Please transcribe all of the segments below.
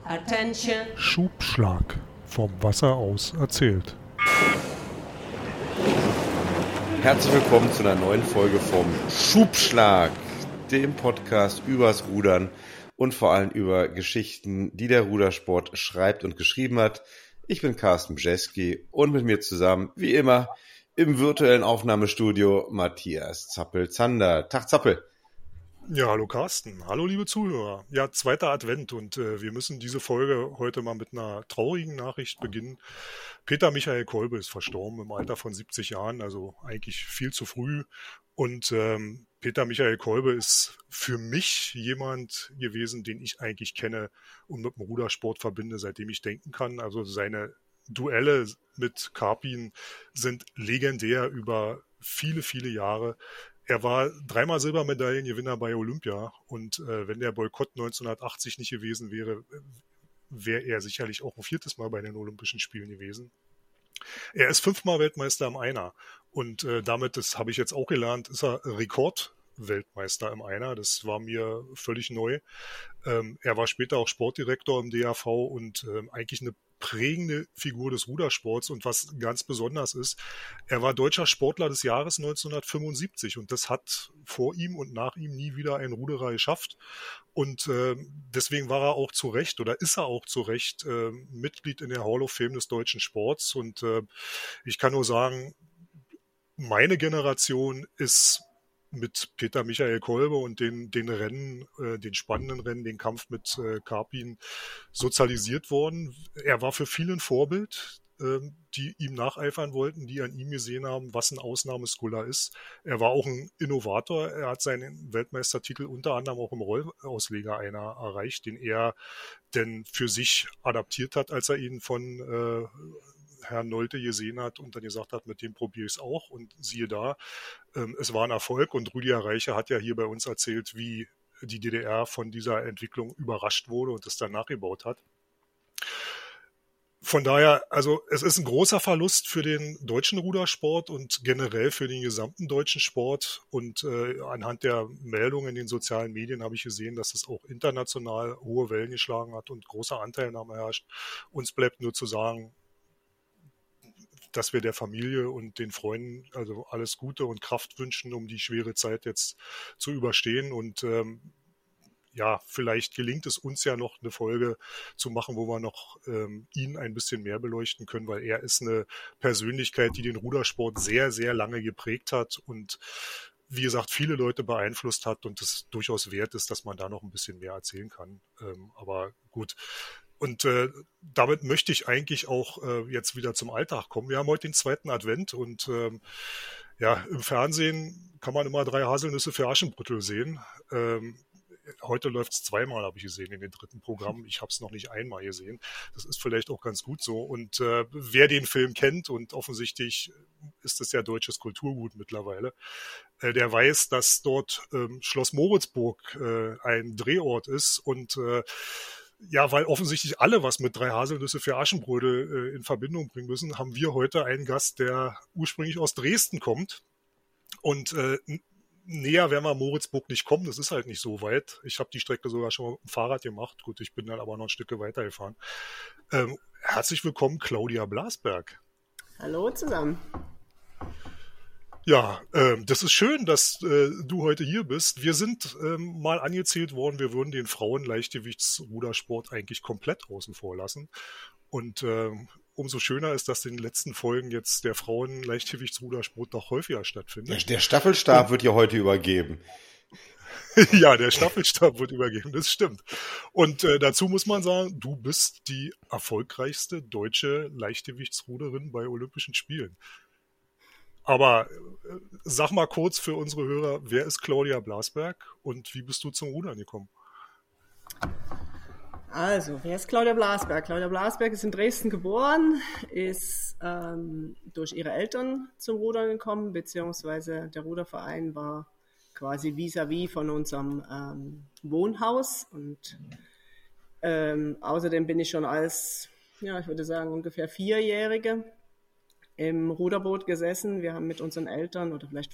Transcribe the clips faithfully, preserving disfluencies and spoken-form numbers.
Attention. Schubschlag. Vom Wasser aus erzählt. Herzlich willkommen zu einer neuen Folge vom Schubschlag, dem Podcast übers Rudern und vor allem über Geschichten, die der Rudersport schreibt und geschrieben hat. Ich bin Carsten Bjeski und mit mir zusammen, wie immer, im virtuellen Aufnahmestudio Matthias Zappel-Zander. Tag Zappel. Ja, hallo Carsten. Hallo liebe Zuhörer. Ja, zweiter Advent und äh, wir müssen diese Folge heute mal mit einer traurigen Nachricht beginnen. Peter Michael Kolbe ist verstorben im Alter von siebzig Jahren, also eigentlich viel zu früh. Und ähm, Peter Michael Kolbe ist für mich jemand gewesen, den ich eigentlich kenne und mit dem Rudersport verbinde, seitdem ich denken kann. Also seine Duelle mit Karpin sind legendär über viele, viele Jahre. Er war dreimal Silbermedaillengewinner bei Olympia und äh, wenn der Boykott neunzehnhundertachtzig nicht gewesen wäre, wäre er sicherlich auch ein viertes Mal bei den Olympischen Spielen gewesen. Er ist fünfmal Weltmeister im Einer und äh, damit, das habe ich jetzt auch gelernt, ist er Rekordweltmeister im Einer. Das war mir völlig neu. Ähm, er war später auch Sportdirektor im D A V und äh, eigentlich eine prägende Figur des Rudersports und was ganz besonders ist, er war deutscher Sportler des Jahres neunzehnhundertfünfundsiebzig und das hat vor ihm und nach ihm nie wieder ein Ruderer geschafft und äh, deswegen war er auch zu Recht oder ist er auch zu Recht äh, Mitglied in der Hall of Fame des deutschen Sports und äh, ich kann nur sagen, meine Generation ist mit Peter Michael Kolbe und den, den Rennen, äh, den spannenden Rennen, den Kampf mit äh, Karpin sozialisiert worden. Er war für viele ein Vorbild, äh, die ihm nacheifern wollten, die an ihm gesehen haben, was ein Ausnahmeskuller ist. Er war auch ein Innovator. Er hat seinen Weltmeistertitel unter anderem auch im Rollausleger einer erreicht, den er denn für sich adaptiert hat, als er ihn von äh, Herrn Nolte gesehen hat und dann gesagt hat, mit dem probiere ich es auch und siehe da, ähm, es war ein Erfolg und Rüdiger Reiche hat ja hier bei uns erzählt, wie die D D R von dieser Entwicklung überrascht wurde und es dann nachgebaut hat. Von daher, also es ist ein großer Verlust für den deutschen Rudersport und generell für den gesamten deutschen Sport und äh, anhand der Meldungen in den sozialen Medien habe ich gesehen, dass es auch international hohe Wellen geschlagen hat und großer Anteilnahme herrscht. Uns bleibt nur zu sagen, dass wir der Familie und den Freunden also alles Gute und Kraft wünschen, um die schwere Zeit jetzt zu überstehen. Und ähm, ja, vielleicht gelingt es uns ja noch eine Folge zu machen, wo wir noch ähm, ihn ein bisschen mehr beleuchten können, weil er ist eine Persönlichkeit, die den Rudersport sehr, sehr lange geprägt hat und wie gesagt, viele Leute beeinflusst hat und es durchaus wert ist, dass man da noch ein bisschen mehr erzählen kann. Ähm, aber gut. Und äh, damit möchte ich eigentlich auch äh, jetzt wieder zum Alltag kommen. Wir haben heute den zweiten Advent und ähm, ja, im Fernsehen kann man immer drei Haselnüsse für Aschenbrödel sehen. Ähm, heute läuft es zweimal, habe ich gesehen, in den dritten Programm. Ich habe es noch nicht einmal gesehen. Das ist vielleicht auch ganz gut so. Und äh, wer den Film kennt, und offensichtlich ist es ja deutsches Kulturgut mittlerweile, äh, der weiß, dass dort ähm, Schloss Moritzburg äh, ein Drehort ist und äh, ja, weil offensichtlich alle was mit drei Haselnüsse für Aschenbrödel äh, in Verbindung bringen müssen, haben wir heute einen Gast, der ursprünglich aus Dresden kommt. Und äh, n- näher werden wir Moritzburg nicht kommen, das ist halt nicht so weit. Ich habe die Strecke sogar schon mal mit dem Fahrrad gemacht. Gut, ich bin dann aber noch ein Stück weiter gefahren. Ähm, herzlich willkommen, Claudia Blasberg. Hallo zusammen. Ja, ähm, das ist schön, dass äh, du heute hier bist. Wir sind ähm, mal angezählt worden, wir würden den Frauen-Leichtgewichtsrudersport eigentlich komplett außen vor lassen. Und ähm, umso schöner ist, dass in den letzten Folgen jetzt der Frauen-Leichtgewichtsrudersport noch häufiger stattfindet. Der, der Staffelstab Und, wird ja heute übergeben. Ja, der Staffelstab wird übergeben, das stimmt. Und äh, dazu muss man sagen, du bist die erfolgreichste deutsche Leichtgewichtsruderin bei Olympischen Spielen. Aber äh, sag mal kurz für unsere Hörer, wer ist Claudia Blasberg und wie bist du zum Rudern gekommen? Also, wer ist Claudia Blasberg? Claudia Blasberg ist in Dresden geboren, ist ähm, durch ihre Eltern zum Rudern gekommen, beziehungsweise der Ruderverein war quasi vis-à-vis von unserem ähm, Wohnhaus und ähm, außerdem bin ich schon als, ja, ich würde sagen, ungefähr Vierjährige im Ruderboot gesessen. Wir haben mit unseren Eltern oder vielleicht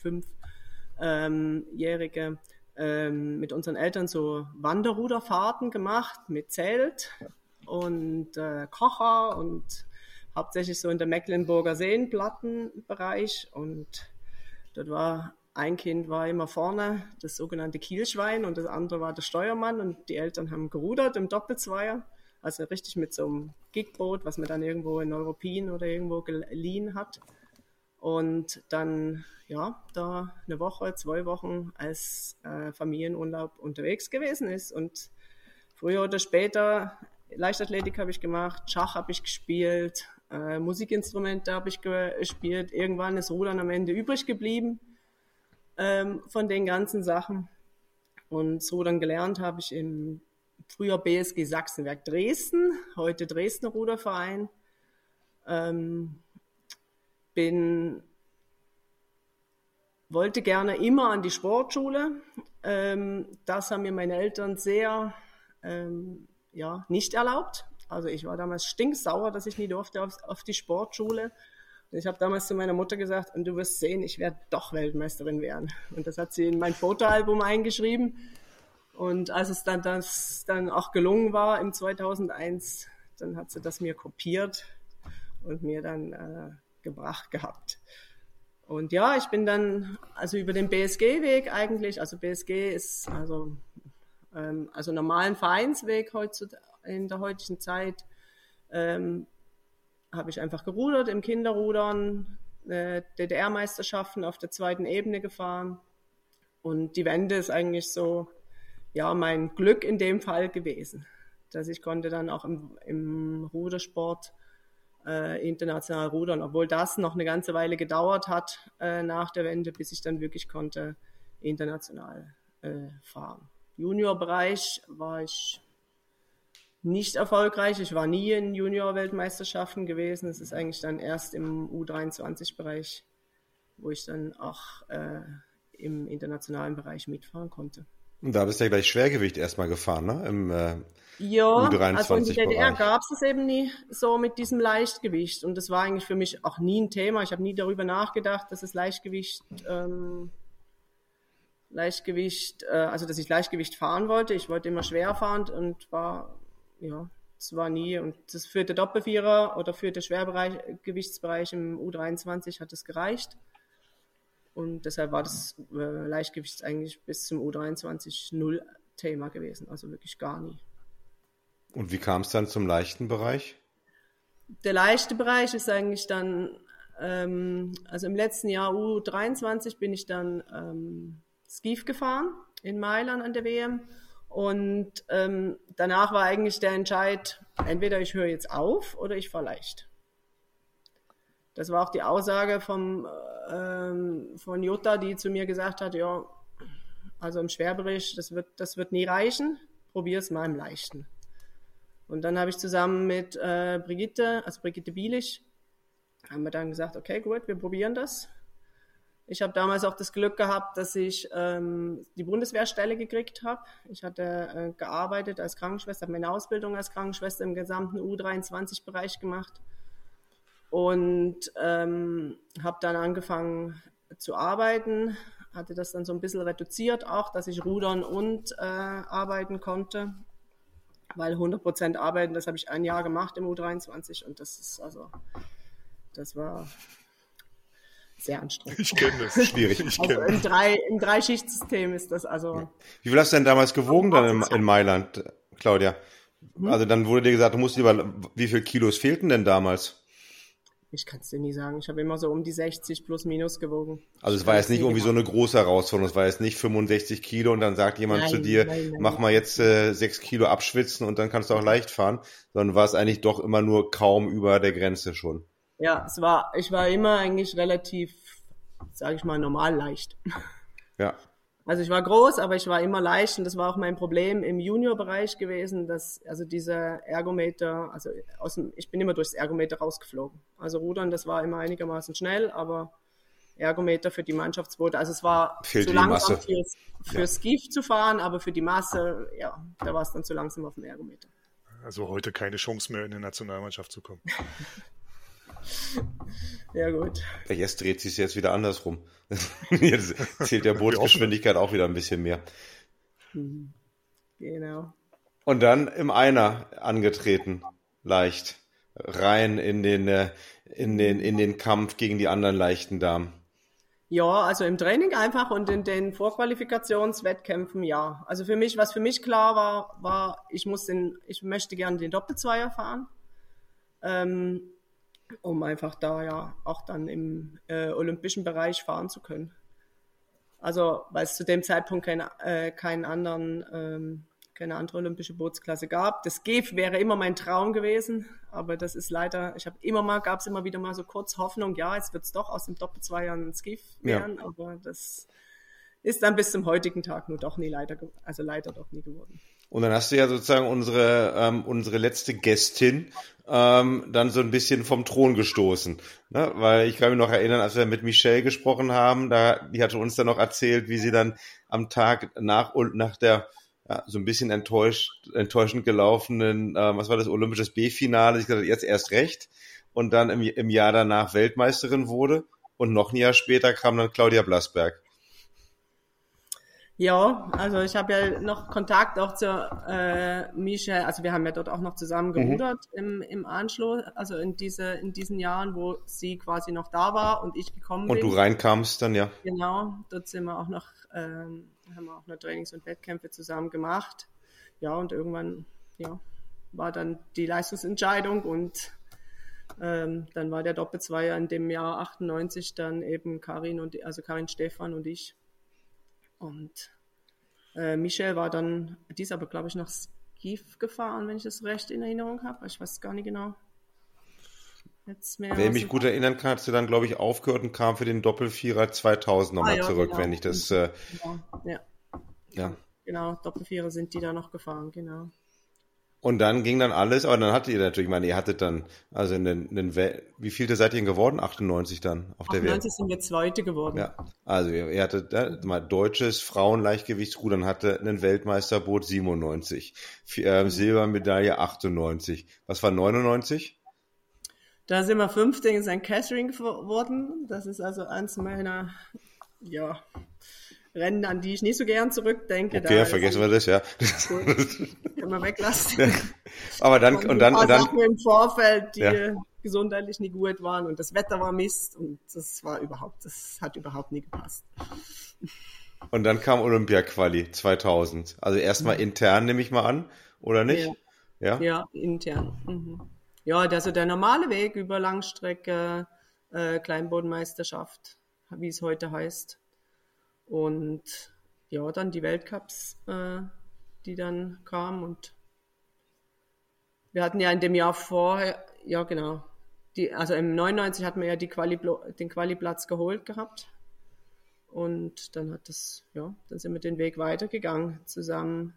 Fünfjährige ähm, mit unseren Eltern so Wanderruderfahrten gemacht mit Zelt und äh, Kocher und hauptsächlich so in der Mecklenburger Seenplattenbereich. Und dort war ein Kind war immer vorne, das sogenannte Kielschwein, und das andere war der Steuermann, und die Eltern haben gerudert im Doppelzweier, also richtig mit so einem Gigboot, was man dann irgendwo in Neuruppin oder irgendwo geliehen hat. Und dann, ja, da eine Woche, zwei Wochen als äh, Familienurlaub unterwegs gewesen ist. Und früher oder später, Leichtathletik habe ich gemacht, Schach habe ich gespielt, äh, Musikinstrumente habe ich gespielt. Irgendwann ist Rudern am Ende übrig geblieben ähm, von den ganzen Sachen. Und das Rudern gelernt habe ich im früher B S G Sachsenwerk Dresden, heute Dresdner Ruderverein. Ähm, bin, wollte gerne immer an die Sportschule. Ähm, das haben mir meine Eltern sehr ähm, ja, nicht erlaubt. Also ich war damals stinksauer, dass ich nie durfte auf, auf die Sportschule. Und ich habe damals zu meiner Mutter gesagt, und du wirst sehen, ich werde doch Weltmeisterin werden. Und das hat sie in mein Fotoalbum eingeschrieben. Und als es dann, das dann auch gelungen war im zweitausendeins, dann hat sie das mir kopiert und mir dann äh, gebracht gehabt. Und ja, ich bin dann also über den B S G-Weg eigentlich, also B S G ist also, ähm, also normalen Vereinsweg heutzutage, in der heutigen Zeit, ähm, habe ich einfach gerudert im Kinderrudern, äh, D D R-Meisterschaften auf der zweiten Ebene gefahren, und die Wende ist eigentlich so, ja, mein Glück in dem Fall gewesen, dass ich konnte dann auch im, im Rudersport äh, international rudern, obwohl das noch eine ganze Weile gedauert hat äh, nach der Wende, bis ich dann wirklich konnte international äh, fahren. Juniorbereich war ich nicht erfolgreich. Ich war nie in Junior-Weltmeisterschaften gewesen. Es ist eigentlich dann erst im U dreiundzwanzig-Bereich, wo ich dann auch äh, im internationalen Bereich mitfahren konnte. Und da bist du ja gleich Schwergewicht erstmal gefahren, ne? Im äh, ja, U dreiundzwanzig-Bereich. Also in der D D R gab es es eben nie so mit diesem Leichtgewicht. Und das war eigentlich für mich auch nie ein Thema. Ich habe nie darüber nachgedacht, dass es Leichtgewicht, ähm, Leichtgewicht, äh, also dass ich Leichtgewicht fahren wollte. Ich wollte immer schwer fahren und war, ja, es war nie. Und das für den Doppelvierer oder für den Schwergewichtsbereich im U dreiundzwanzig hat es gereicht. Und deshalb war das äh, Leichtgewicht eigentlich bis zum U dreiundzwanzig null Thema gewesen, also wirklich gar nie. Und wie kam es dann zum leichten Bereich? Der leichte Bereich ist eigentlich dann, ähm, also im letzten Jahr U dreiundzwanzig bin ich dann ähm, Skiff gefahren in Mailand an der W M, und ähm, danach war eigentlich der Entscheid, entweder ich höre jetzt auf oder ich fahre leicht. Das war auch die Aussage vom, ähm, von Jutta, die zu mir gesagt hat, ja, also im Schwerbereich, das wird, das wird nie reichen, probier es mal im Leichten. Und dann habe ich zusammen mit äh, Brigitte, also Brigitte Bielich, haben wir dann gesagt, okay, gut, wir probieren das. Ich habe damals auch das Glück gehabt, dass ich ähm, die Bundeswehrstelle gekriegt habe. Ich hatte äh, gearbeitet als Krankenschwester, habe meine Ausbildung als Krankenschwester im gesamten U dreiundzwanzig-Bereich gemacht. Und ähm, habe dann angefangen zu arbeiten, hatte das dann so ein bisschen reduziert auch, dass ich rudern und äh, arbeiten konnte, weil hundert Prozent arbeiten, das habe ich ein Jahr gemacht im U dreiundzwanzig, und das ist also, das war sehr anstrengend. Ich kenne das, schwierig. Ich also kenn im, drei, im Drei-Schicht-System ist das also... Wie viel hast du denn damals gewogen dann in, in Mailand, Claudia? Hm? Also dann wurde dir gesagt, du musst lieber, wie viel Kilos fehlten denn damals? Ich kann es dir nie sagen. Ich habe immer so um die sechzig plus minus gewogen. Also es war jetzt nicht irgendwie so eine große Herausforderung. Es war jetzt nicht fünfundsechzig Kilo und dann sagt jemand nein, zu dir, nein, nein, mach mal jetzt äh, sechs Kilo abschwitzen und dann kannst du auch leicht fahren. Sondern war es eigentlich doch immer nur kaum über der Grenze schon. Ja, es war, ich war immer eigentlich relativ, sage ich mal, normal leicht. Ja. Also ich war groß, aber ich war immer leicht, und das war auch mein Problem im Juniorbereich gewesen, dass also dieser Ergometer, also aus dem, ich bin immer durchs Ergometer rausgeflogen. Also Rudern, das war immer einigermaßen schnell, aber Ergometer für die Mannschaftsboote, also es war Fehlt zu langsam für, für ja. Skiff zu fahren, aber für die Masse, ja, da war es dann zu langsam auf dem Ergometer. Also heute keine Chance mehr in die Nationalmannschaft zu kommen. Ja gut. Jetzt dreht sich jetzt wieder andersrum. Jetzt zählt der Bootsgeschwindigkeit auch wieder ein bisschen mehr. Genau. Und dann im Einer angetreten, leicht rein in den, äh, in den, in den Kampf gegen die anderen leichten Damen. Ja, also im Training einfach und in den Vorqualifikationswettkämpfen, ja. Also für mich, was für mich klar war, war, ich muss den, ich möchte gerne den Doppelzweier fahren, ähm, um einfach da ja auch dann im äh, olympischen Bereich fahren zu können. Also, weil es zu dem Zeitpunkt keine, äh, keinen anderen, ähm, keine andere olympische Bootsklasse gab. Das G I F wäre immer mein Traum gewesen, aber das ist leider, ich habe immer mal, gab es immer wieder mal so kurz Hoffnung, ja, jetzt wird es doch aus dem Doppelzweier ein G I F werden, ja. Aber das ist dann bis zum heutigen Tag nur doch nie leider, also leider doch nie geworden. Und dann hast du ja sozusagen unsere, ähm, unsere letzte Gästin ähm, dann so ein bisschen vom Thron gestoßen. Ne? Weil ich kann mich noch erinnern, als wir mit Michelle gesprochen haben, da, die hatte uns dann noch erzählt, wie sie dann am Tag nach und nach der ja, so ein bisschen enttäuscht, enttäuschend gelaufenen, äh, was war das, olympisches B-Finale, ich gesagt, jetzt erst recht, und dann im, im Jahr danach Weltmeisterin wurde und noch ein Jahr später kam dann Claudia Blasberg. Ja, also ich habe ja noch Kontakt auch zur äh, Michelle, also wir haben ja dort auch noch zusammen gerudert mhm. im, im Anschluss, also in diese in diesen Jahren, wo sie quasi noch da war und ich gekommen und bin. Und du reinkamst dann, ja. Genau, dort sind wir auch noch, ähm, haben wir auch noch Trainings- und Wettkämpfe zusammen gemacht. Ja, und irgendwann, ja, war dann die Leistungsentscheidung und ähm, dann war der Doppelzweier in dem Jahr achtundneunzig dann eben Karin und also Karin Stephan und ich. Und äh, Michelle war dann, die ist aber, glaube ich, nach Skiff gefahren, wenn ich das recht in Erinnerung habe. Ich weiß es gar nicht genau. Jetzt mehr wenn ich mich gut erinnern kann, hast du dann, glaube ich, aufgehört und kam für den Doppelvierer zweitausend nochmal ah, ja, zurück, genau. wenn ich das... Äh, genau. Ja. ja. Genau, Doppelvierer sind die da noch gefahren, genau. Und dann ging dann alles, aber dann hattet ihr natürlich, ich meine, ihr hattet dann, also einen, einen wie vielte seid ihr denn geworden? achtundneunzzig dann auf der Welt? achtundneunzig sind wir Zweite geworden. Ja, also ihr, ihr hattet ja, mal deutsches Frauenleichtgewichtsrudern, hatte einen Weltmeisterboot siebenundneunzig, äh, Silbermedaille achtundneunzig. Was war neunundneunzig? Da sind wir Fünfte in Sankt Catherine geworden. Das ist also eins meiner, ja... Rennen, an die ich nicht so gern zurückdenke. Okay, da vergessen wir das, ja. Cool. Können wir weglassen. Ja. Aber dann, und, und dann, und dann. Sachen im Vorfeld, die ja. gesundheitlich nicht gut waren und das Wetter war Mist und das war überhaupt, das hat überhaupt nie gepasst. Und dann kam Olympia-Quali zweitausend. Also erstmal intern, nehme ich mal an, oder nicht? Ja, ja? ja intern. Mhm. Ja, also der normale Weg über Langstrecke, äh, Kleinbodenmeisterschaft, wie es heute heißt. Und ja, dann die Weltcups, äh, die dann kamen. Und wir hatten ja in dem Jahr vorher, ja genau, die, also im neunundneunzig hatten wir ja die Quali, den Quali-Platz geholt gehabt. Und dann hat das, ja, dann sind wir den Weg weitergegangen zusammen.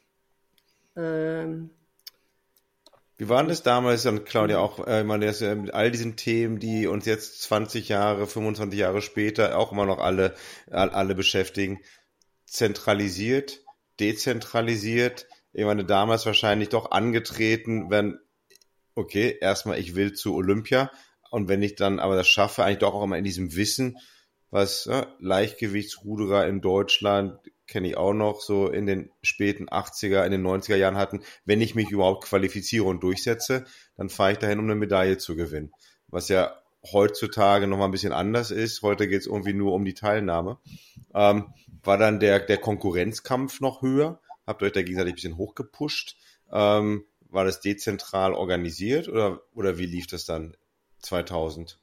Ähm, Wie war das damals dann, Claudia, auch äh, ich meine, das, äh, mit all diesen Themen, die uns jetzt zwanzig Jahre, fünfundzwanzig Jahre später auch immer noch alle, alle beschäftigen, zentralisiert, dezentralisiert, ich meine, damals wahrscheinlich doch angetreten, wenn, okay, erstmal ich will zu Olympia und wenn ich dann aber das schaffe, eigentlich doch auch immer in diesem Wissen, was ja, Leichtgewichtsruderer in Deutschland, kenne ich auch noch, so in den späten achtziger, in den neunziger Jahren hatten, wenn ich mich überhaupt qualifiziere und durchsetze, dann fahre ich dahin, um eine Medaille zu gewinnen. Was ja heutzutage nochmal ein bisschen anders ist. Heute geht es irgendwie nur um die Teilnahme. Ähm, war dann der, der Konkurrenzkampf noch höher? Habt ihr euch da gegenseitig ein bisschen hochgepusht? Ähm, war das dezentral organisiert oder, oder wie lief das dann zweitausend?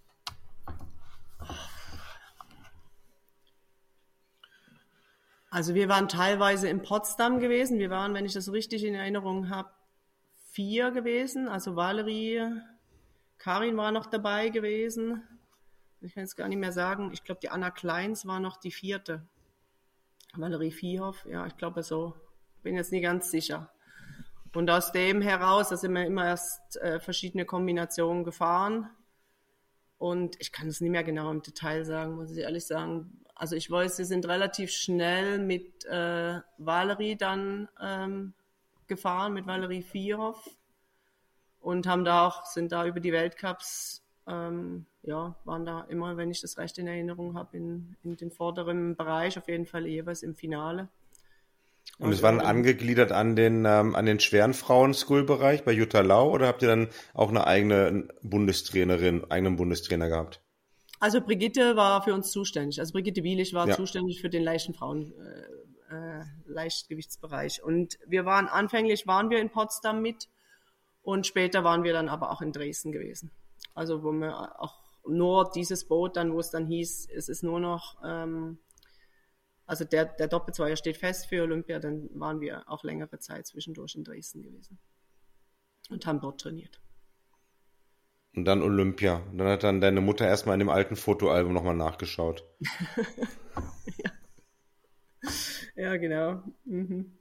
Also wir waren teilweise in Potsdam gewesen. Wir waren, wenn ich das richtig in Erinnerung habe, vier gewesen. Also Valerie, Karin war noch dabei gewesen. Ich kann jetzt gar nicht mehr sagen. Ich glaube, die Anna Kleins war noch die vierte. Valerie Viehhoff, ja, ich glaube so. Bin jetzt nicht ganz sicher. Und aus dem heraus, da sind wir immer erst äh, verschiedene Kombinationen gefahren. Und ich kann es nicht mehr genau im Detail sagen, muss ich ehrlich sagen. Also ich weiß, sie sind relativ schnell mit äh, Valerie dann ähm, gefahren, mit Valerie Viehhoff. Und haben da auch, sind da über die Weltcups, ähm, ja, waren da immer, wenn ich das recht in Erinnerung habe, in, in den vorderen Bereich, auf jeden Fall jeweils im Finale. Und es war dann angegliedert an den, ähm, an den schweren Frauen-School-Bereich bei Jutta Lau oder habt ihr dann auch eine eigene Bundestrainerin, eigenen Bundestrainer gehabt? Also Brigitte war für uns zuständig. Also Brigitte Wielich war Ja. zuständig für den leichten Frauen, äh, äh, Leichtgewichtsbereich. Und wir waren, anfänglich waren wir in Potsdam mit und später waren wir dann aber auch in Dresden gewesen. Also wo wir auch nur dieses Boot dann, wo es dann hieß, es ist nur noch, ähm, also der, der Doppelzweier steht fest für Olympia, dann waren wir auch längere Zeit zwischendurch in Dresden gewesen und haben dort trainiert. Und dann Olympia. Und dann hat dann deine Mutter erstmal in dem alten Fotoalbum nochmal nachgeschaut. ja. ja, genau. Mhm.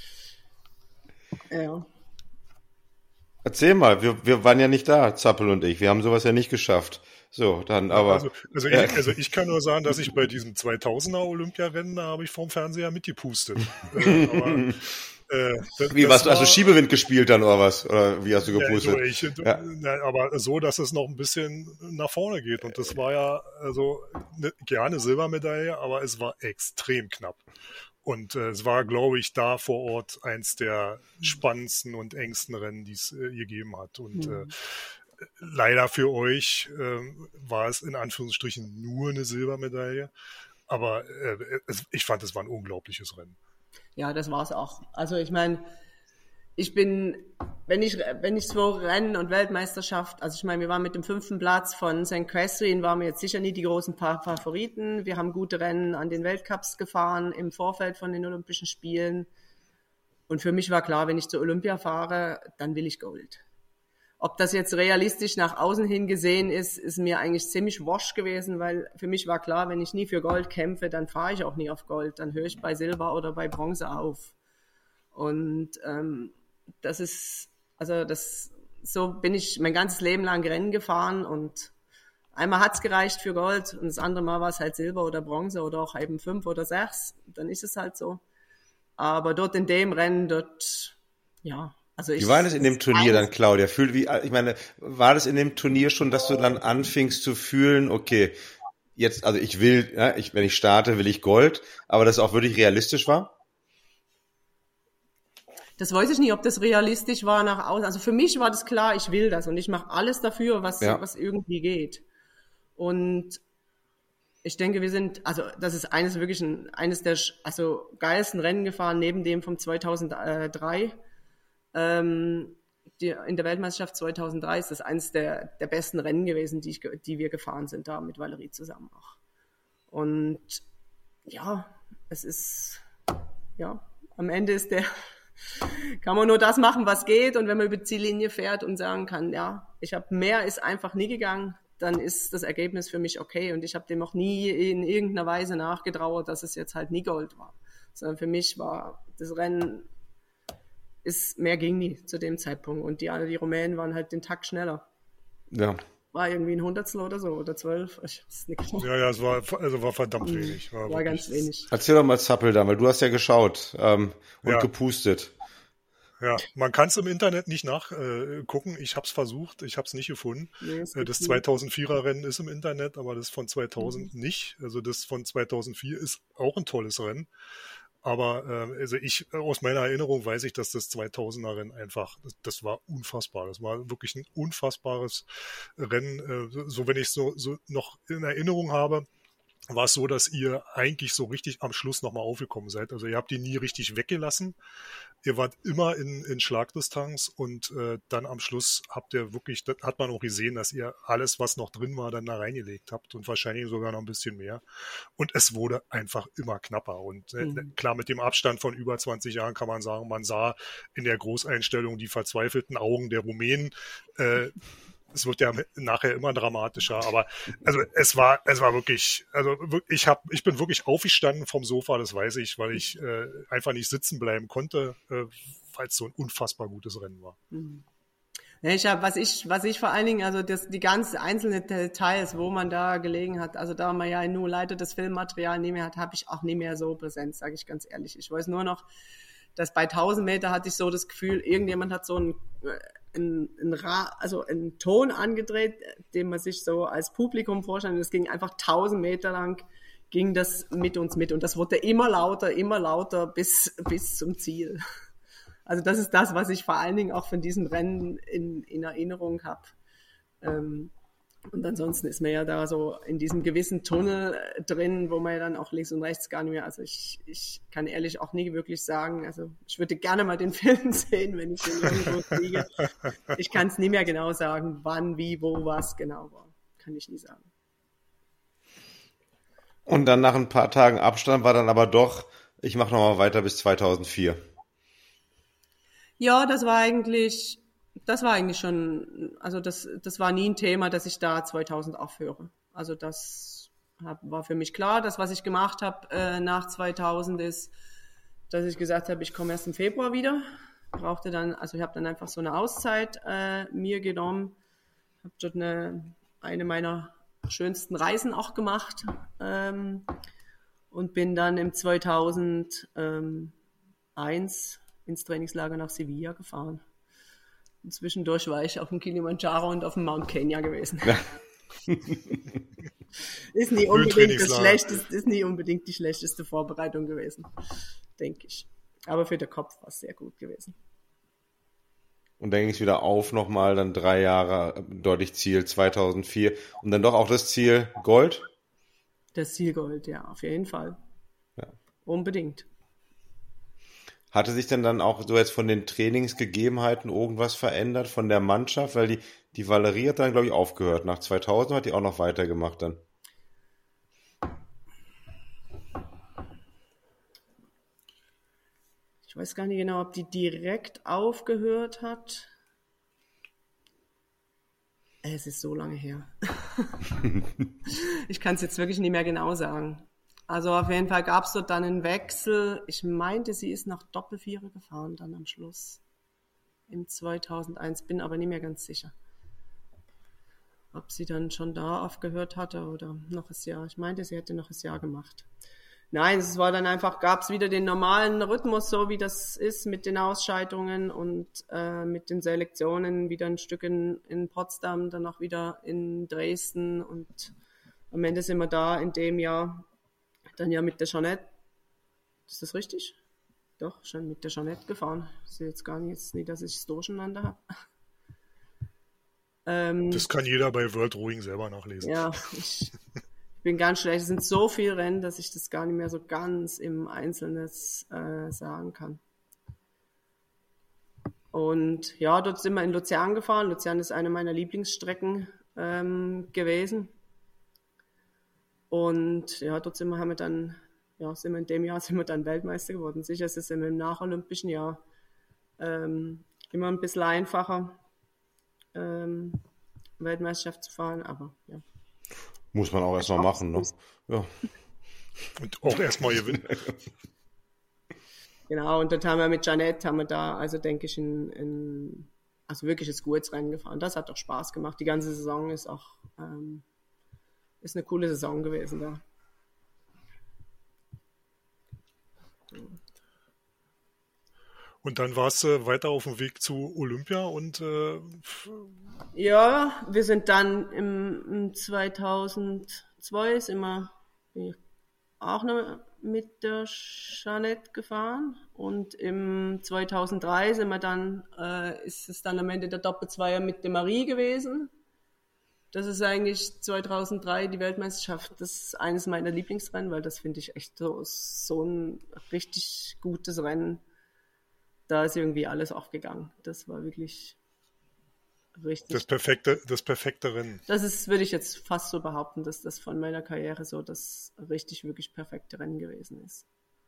Ja. Erzähl mal, wir, wir waren ja nicht da, Zappel und ich. Wir haben sowas ja nicht geschafft. So, dann aber... Also, also, ja. ich, also ich kann nur sagen, dass ich bei diesem zweitausender Olympiarennen, da habe ich vorm Fernseher mitgepustet. äh, aber, äh, das, wie, das was, war, hast du Schiebewinde gespielt dann oder was? Oder wie hast du gepustet? Ja, ich, ja. na, aber so, dass es noch ein bisschen nach vorne geht. Und das war ja also eine, gerne Silbermedaille, aber es war extrem knapp. Und äh, es war, glaube ich, da vor Ort eins der spannendsten und engsten Rennen, die es äh, gegeben hat. Und mhm. äh, leider für euch äh, war es in Anführungsstrichen nur eine Silbermedaille. Aber äh, es, ich fand, es war ein unglaubliches Rennen. Ja, das war es auch. Also ich meine, ich bin, wenn ich, wenn ich so Rennen und Weltmeisterschaft, also ich meine, wir waren mit dem fünften Platz von Sankt Catherine, waren wir jetzt sicher nie die großen Favoriten. Wir haben gute Rennen an den Weltcups gefahren im Vorfeld von den Olympischen Spielen. Und für mich war klar, wenn ich zur Olympia fahre, dann will ich Gold. Ob das jetzt realistisch nach außen hin gesehen ist, ist mir eigentlich ziemlich wurscht gewesen, weil für mich war klar, wenn ich nie für Gold kämpfe, dann fahre ich auch nie auf Gold. Dann höre ich bei Silber oder bei Bronze auf. Und ähm, das ist, also das, so bin ich mein ganzes Leben lang Rennen gefahren und einmal hat's gereicht für Gold und das andere Mal war es halt Silber oder Bronze oder auch eben fünf oder sechs. Dann ist es halt so. Aber dort in dem Rennen, dort, ja. Also ich, wie war das in dem Turnier dann, Claudia? Fühl, wie, ich meine, war das in dem Turnier schon, dass du dann anfingst zu fühlen, okay, jetzt, also ich will, ja, ich, wenn ich starte, will ich Gold, aber das auch wirklich realistisch war? Das weiß ich nicht, ob das realistisch war nach außen. Also für mich war das klar, ich will das und ich mache alles dafür, was, ja. was irgendwie geht. Und ich denke, wir sind, also das ist eines wirklich ein, eines der also geilsten Rennen gefahren, neben dem vom zweitausenddrei. Ähm, die, in der Weltmeisterschaft zweitausenddrei ist das eines der, der besten Rennen gewesen, die, ich, die wir gefahren sind, da mit Valerie zusammen auch. Und ja, es ist, ja, am Ende ist der, kann man nur das machen, was geht. Und wenn man über die Ziellinie fährt und sagen kann, ja, ich habe mehr ist einfach nie gegangen, dann ist das Ergebnis für mich okay. Und ich habe dem auch nie in irgendeiner Weise nachgetrauert, dass es jetzt halt nie Gold war. Sondern für mich war das Rennen, ist mehr ging nie zu dem Zeitpunkt. Und die, die Rumänen waren halt den Takt schneller. Ja. War irgendwie ein Hundertstel oder so, oder zwölf. Ich weiß nicht genau. Ja, ja, es war, also war verdammt wenig. War, war ganz wenig. Erzähl doch mal, Zappel, da, weil du hast ja geschaut ähm, und ja. gepustet. Ja, man kann es im Internet nicht nachgucken. Äh, ich habe es versucht, ich habe es nicht gefunden. Nee, äh, das zweitausendvierer Rennen ist im Internet, aber das von zweitausend mhm. nicht. Also das von zweitausendvier ist auch ein tolles Rennen. Aber äh, also ich aus meiner Erinnerung weiß ich, dass das zweitausender Rennen einfach, das, das war unfassbar. Das war wirklich ein unfassbares Rennen. Äh, so wenn ich es so, so noch in Erinnerung habe, war es so, dass ihr eigentlich so richtig am Schluss nochmal aufgekommen seid. Also ihr habt die nie richtig weggelassen. Ihr wart immer in, in Schlagdistanz und äh, dann am Schluss habt ihr wirklich, das hat man auch gesehen, dass ihr alles, was noch drin war, dann da reingelegt habt und wahrscheinlich sogar noch ein bisschen mehr. Und es wurde einfach immer knapper. Und äh, mhm. klar, mit dem Abstand von über zwanzig Jahren kann man sagen, man sah in der Großeinstellung die verzweifelten Augen der Rumänen. Äh, Es wird ja nachher immer dramatischer, aber also es war es war wirklich, also ich habe ich bin wirklich aufgestanden vom Sofa, das weiß ich, weil ich äh, einfach nicht sitzen bleiben konnte, äh, weil es so ein unfassbar gutes Rennen war. Mhm. Ja, ich habe was ich was ich vor allen Dingen, also das die ganz einzelnen Details, wo man da gelegen hat, also da man ja nur leider das Filmmaterial nicht mehr hat, habe ich auch nicht mehr so präsent, sage ich ganz ehrlich. Ich weiß nur noch, dass bei tausend Meter hatte ich so das Gefühl, irgendjemand hat so ein Ein, ein, also einen Ton angedreht, den man sich so als Publikum vorstellt. Und es ging einfach tausend Meter lang, ging das mit uns mit. Und das wurde immer lauter, immer lauter bis, bis zum Ziel. Also das ist das, was ich vor allen Dingen auch von diesem Rennen in, in Erinnerung habe. Ähm, und ansonsten ist man ja da so in diesem gewissen Tunnel drin, wo man ja dann auch links und rechts gar nicht mehr, also ich, ich kann ehrlich auch nie wirklich sagen, also ich würde gerne mal den Film sehen, wenn ich den irgendwo kriege. Ich kann es nie mehr genau sagen, wann, wie, wo, was genau war. Kann ich nie sagen. Und dann nach ein paar Tagen Abstand war dann aber doch, ich mache nochmal weiter bis zweitausendvier. Ja, das war eigentlich, das war eigentlich schon, also das, das war nie ein Thema, dass ich da zweitausend aufhöre. Also das hab, war für mich klar. Das, was ich gemacht habe äh, nach zweitausend ist, dass ich gesagt habe, ich komme erst im Februar wieder. Brauchte dann, also ich habe dann einfach so eine Auszeit äh, mir genommen. Habe dort eine, eine meiner schönsten Reisen auch gemacht ähm, und bin dann im zweitausendeins ins Trainingslager nach Sevilla gefahren. Und zwischendurch war ich auf dem Kilimanjaro und auf dem Mount Kenya gewesen. Ja. ist, nie unbedingt das schlechteste, ist nie unbedingt die schlechteste Vorbereitung gewesen, denke ich. Aber für den Kopf war es sehr gut gewesen. Und dann ging es wieder auf nochmal, dann drei Jahre deutlich Ziel zweitausendvier und dann doch auch das Ziel Gold? Das Ziel Gold, ja, auf jeden Fall. Ja. Unbedingt. Hatte sich denn dann auch so jetzt von den Trainingsgegebenheiten irgendwas verändert von der Mannschaft? Weil die, die Valerie hat dann, glaube ich, aufgehört. Nach zweitausend hat die auch noch weitergemacht dann. Ich weiß gar nicht genau, ob die direkt aufgehört hat. Es ist so lange her. Ich kann es jetzt wirklich nicht mehr genau sagen. Also auf jeden Fall gab es dort dann einen Wechsel. Ich meinte, sie ist nach Doppelvierer gefahren dann am Schluss. Im zweitausendeins, bin aber nicht mehr ganz sicher. Ob sie dann schon da aufgehört hatte oder noch ein Jahr. Ich meinte, sie hätte noch ein Jahr gemacht. Nein, es war dann einfach, gab es wieder den normalen Rhythmus, so wie das ist mit den Ausscheidungen und äh, mit den Selektionen, wieder ein Stück in, in Potsdam, dann auch wieder in Dresden und am Ende sind wir da in dem Jahr dann ja mit der Jeanette, ist das richtig? Doch, schon mit der Jeanette gefahren. Ich sehe jetzt gar nicht, jetzt nicht, dass ich es durcheinander habe. Ähm, das kann jeder bei World Rowing selber nachlesen. Ja, ich bin ganz schlecht. Es sind so viele Rennen, dass ich das gar nicht mehr so ganz im Einzelnen äh, sagen kann. Und ja, dort sind wir in Luzern gefahren. Luzern ist eine meiner Lieblingsstrecken ähm, gewesen. Und ja, dort sind wir, haben wir dann, ja, sind wir in dem Jahr sind wir dann Weltmeister geworden. Sicher ist es im nacholympischen Jahr ähm, immer ein bisschen einfacher, ähm, Weltmeisterschaft zu fahren, aber ja. Muss man auch erstmal machen, ne? Ja. Und auch erstmal gewinnen. Genau, und dort haben wir mit Jeanette, haben wir da, also denke ich, ein, ein also wirklich ein gutes Rennen gefahren. Das hat doch Spaß gemacht. Die ganze Saison ist auch ähm, ist eine coole Saison gewesen da. Und dann warst du weiter auf dem Weg zu Olympia und äh, ja, wir sind dann im, im zweitausendzwei sind wir auch noch mit der Jeanette gefahren und im zweitausenddrei sind wir dann, äh, ist es dann am Ende der Doppelzweier mit der Marie gewesen. Das ist eigentlich zweitausenddrei die Weltmeisterschaft. Das ist eines meiner Lieblingsrennen, weil das finde ich echt so, so ein richtig gutes Rennen. Da ist irgendwie alles aufgegangen. Das war wirklich richtig. Das perfekte, das perfekte Rennen. Das ist, würde ich jetzt fast so behaupten, dass das von meiner Karriere so das richtig, wirklich perfekte Rennen gewesen ist.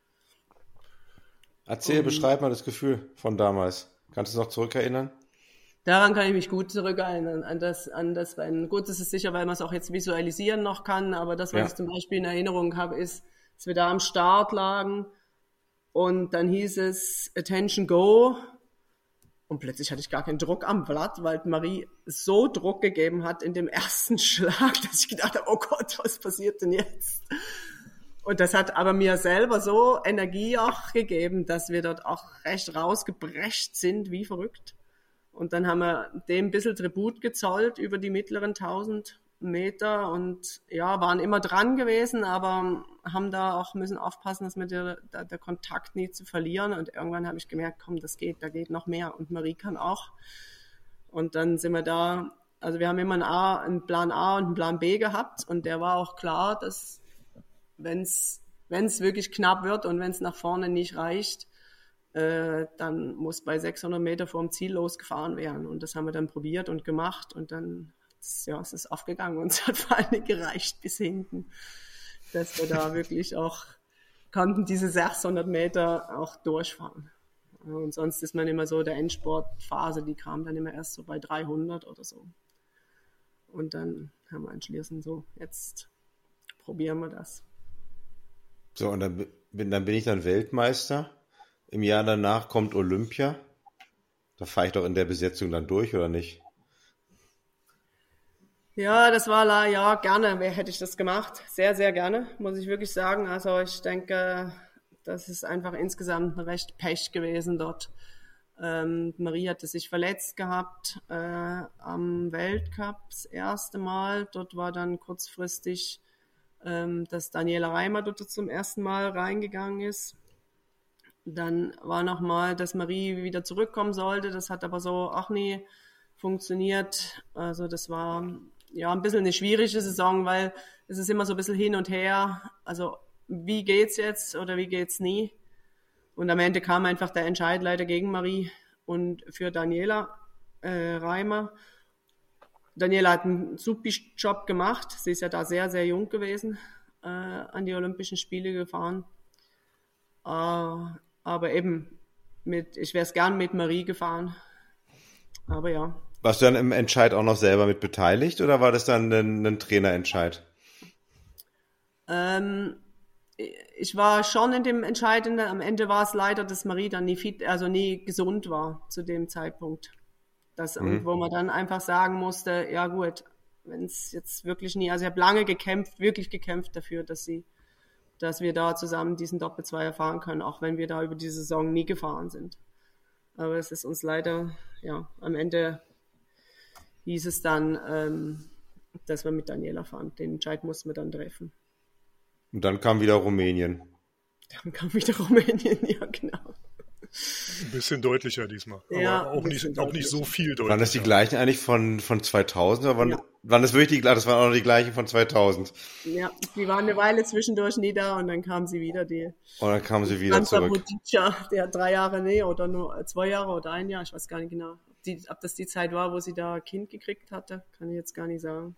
Erzähl, um, beschreib mal das Gefühl von damals. Kannst du es noch zurückerinnern? Daran kann ich mich gut zurückerinnern, an das, an das Rennen. Gut, das ist sicher, weil man es auch jetzt visualisieren noch kann, aber das, was ja. ich zum Beispiel in Erinnerung habe, ist, dass wir da am Start lagen und dann hieß es Attention Go und plötzlich hatte ich gar keinen Druck am Blatt, weil Marie so Druck gegeben hat in dem ersten Schlag, dass ich gedacht habe, oh Gott, was passiert denn jetzt? Und das hat aber mir selber so Energie auch gegeben, dass wir dort auch recht rausgebrecht sind, wie verrückt. Und dann haben wir dem ein bisschen Tribut gezollt über die mittleren tausend Meter und ja, waren immer dran gewesen, aber haben da auch müssen aufpassen, dass wir der, der, der Kontakt nie zu verlieren. Und irgendwann habe ich gemerkt, komm, das geht, da geht noch mehr. Und Marie kann auch. Und dann sind wir da, also wir haben immer einen, A, einen Plan A und einen Plan B gehabt. Und der war auch klar, dass wenn es wenn es wirklich knapp wird und wenn es nach vorne nicht reicht, äh, dann muss bei sechshundert Meter vor dem Ziel losgefahren werden. Und das haben wir dann probiert und gemacht und dann ja, es ist aufgegangen und es hat vor allem gereicht bis hinten, dass wir da wirklich auch konnten diese sechshundert Meter auch durchfahren. Und sonst ist man immer so, der Endsportphase, die kam dann immer erst so bei dreihundert oder so. Und dann haben wir entschlossen, so, jetzt probieren wir das. So, und dann bin, dann bin ich dann Weltmeister. Im Jahr danach kommt Olympia. Da fahre ich doch in der Besetzung dann durch, oder nicht? Ja, das war, ja, gerne hätte ich das gemacht. Sehr, sehr gerne, muss ich wirklich sagen. Also ich denke, das ist einfach insgesamt ein recht Pech gewesen dort. Ähm, Marie hatte sich verletzt gehabt äh, am Weltcup das erste Mal. Dort war dann kurzfristig, ähm, dass Daniela Reimer dort zum ersten Mal reingegangen ist. Dann war nochmal, dass Marie wieder zurückkommen sollte. Das hat aber so auch nie funktioniert. Also das war ja ein bisschen eine schwierige Saison, weil es ist immer so ein bisschen hin und her. Also wie geht's jetzt oder wie geht's nie? Und am Ende kam einfach der Entscheid leider gegen Marie und für Daniela äh, Reimer. Daniela hat einen super Job gemacht. Sie ist ja da sehr, sehr jung gewesen, äh, an die Olympischen Spiele gefahren. Äh, aber eben, mit, ich wäre es gern mit Marie gefahren. Aber ja. Warst du dann im Entscheid auch noch selber mit beteiligt oder war das dann ein, ein Trainerentscheid? Ähm, ich war schon in dem Entscheidenden. Am Ende war es leider, dass Marie dann nie fit, also nie gesund war zu dem Zeitpunkt. Das, mhm. Und wo man dann einfach sagen musste, ja gut, wenn es jetzt wirklich nie, also ich habe lange gekämpft, wirklich gekämpft dafür, dass sie, dass wir da zusammen diesen Doppelzweier fahren können, auch wenn wir da über die Saison nie gefahren sind. Aber es ist uns leider, ja, am Ende hieß es dann, ähm, dass wir mit Daniela fahren. Den Entscheid mussten wir dann treffen. Und dann kam wieder Rumänien. Dann kam wieder Rumänien, ja genau. Ein bisschen deutlicher diesmal, ja, aber auch nicht, auch nicht so viel deutlicher. Waren das die gleichen eigentlich von, von zweitausend oder waren, ja. waren das wirklich die gleichen? Das waren auch noch die gleichen von zweitausend. Ja, die waren eine Weile zwischendurch nie da und dann kamen sie wieder. Die und dann kamen sie wieder zurück. Buttigia, der hat drei Jahre, nee, oder nur zwei Jahre oder ein Jahr, ich weiß gar nicht genau. Ob, die, ob das die Zeit war, wo sie da ein Kind gekriegt hatte, kann ich jetzt gar nicht sagen.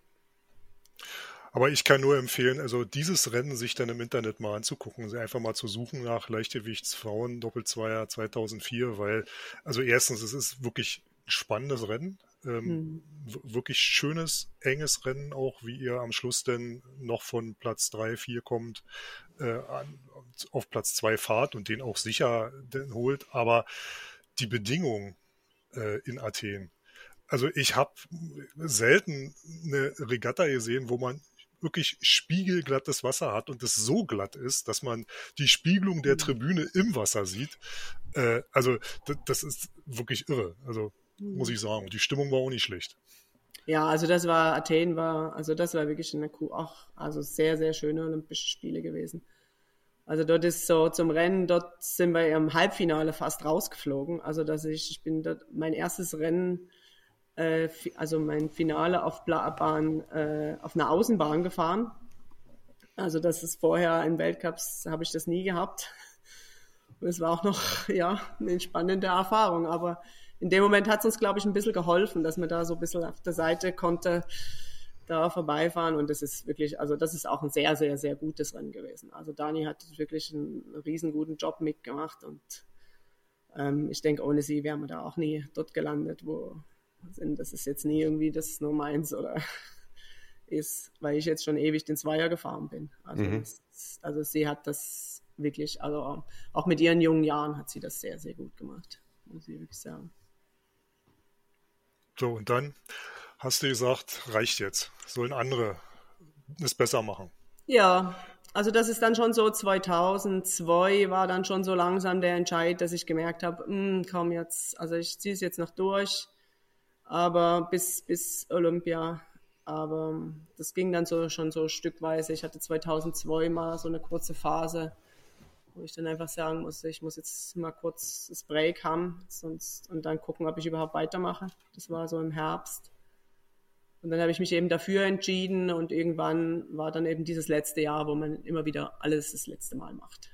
Aber ich kann nur empfehlen, also dieses Rennen sich dann im Internet mal anzugucken, einfach mal zu suchen nach Leichtgewichtsfrauen Doppelzweier zweitausendvier, weil, also erstens, es ist wirklich ein spannendes Rennen, ähm, hm. wirklich schönes, enges Rennen auch, wie ihr am Schluss denn noch von Platz drei, vier kommt, äh, an, auf Platz zwei fahrt und den auch sicher den holt, aber die Bedingungen äh, in Athen, also ich habe selten eine Regatta gesehen, wo man wirklich spiegelglattes Wasser hat und es so glatt ist, dass man die Spiegelung der Tribüne im Wasser sieht. Äh, also das, das ist wirklich irre, also muss ich sagen. Und die Stimmung war auch nicht schlecht. Ja, also das war, Athen war, also das war wirklich eine Kuh, auch, also sehr, sehr schöne Olympische Spiele gewesen. Also dort ist so zum Rennen, dort sind wir im Halbfinale fast rausgeflogen. Also dass ich, ich bin dort mein erstes Rennen, also mein Finale auf Bahn, äh, auf einer Außenbahn gefahren. Also das ist vorher in Weltcups, habe ich das nie gehabt. Und es war auch noch, ja, eine spannende Erfahrung. Aber in dem Moment hat es uns, glaube ich, ein bisschen geholfen, dass man da so ein bisschen auf der Seite konnte, da vorbeifahren. Und das ist wirklich, also das ist auch ein sehr, sehr, sehr gutes Rennen gewesen. Also Dani hat wirklich einen riesenguten Job mitgemacht. Und ähm, ich denke, ohne sie wären wir da auch nie dort gelandet, wo das ist jetzt nie irgendwie das nur meins oder ist, weil ich jetzt schon ewig den Zweier gefahren bin. Also, mhm. das, also sie hat das wirklich, also auch mit ihren jungen Jahren hat sie das sehr, sehr gut gemacht, muss ich wirklich sagen. So, und dann hast du gesagt, reicht jetzt, sollen andere es besser machen. Ja, also das ist dann schon so, zweitausendzwei war dann schon so langsam der Entscheid, dass ich gemerkt habe, komm jetzt, also ich ziehe es jetzt noch durch. Aber bis, bis Olympia Aber das ging dann so schon so stückweise. Ich hatte zweitausendzwei mal so eine kurze Phase, wo ich dann einfach sagen musste, ich muss jetzt mal kurz das Break haben, sonst und dann gucken, ob ich überhaupt weitermache. Das war so im Herbst. Und dann habe ich mich eben dafür entschieden und irgendwann war dann eben dieses letzte Jahr, wo man immer wieder alles das letzte Mal macht.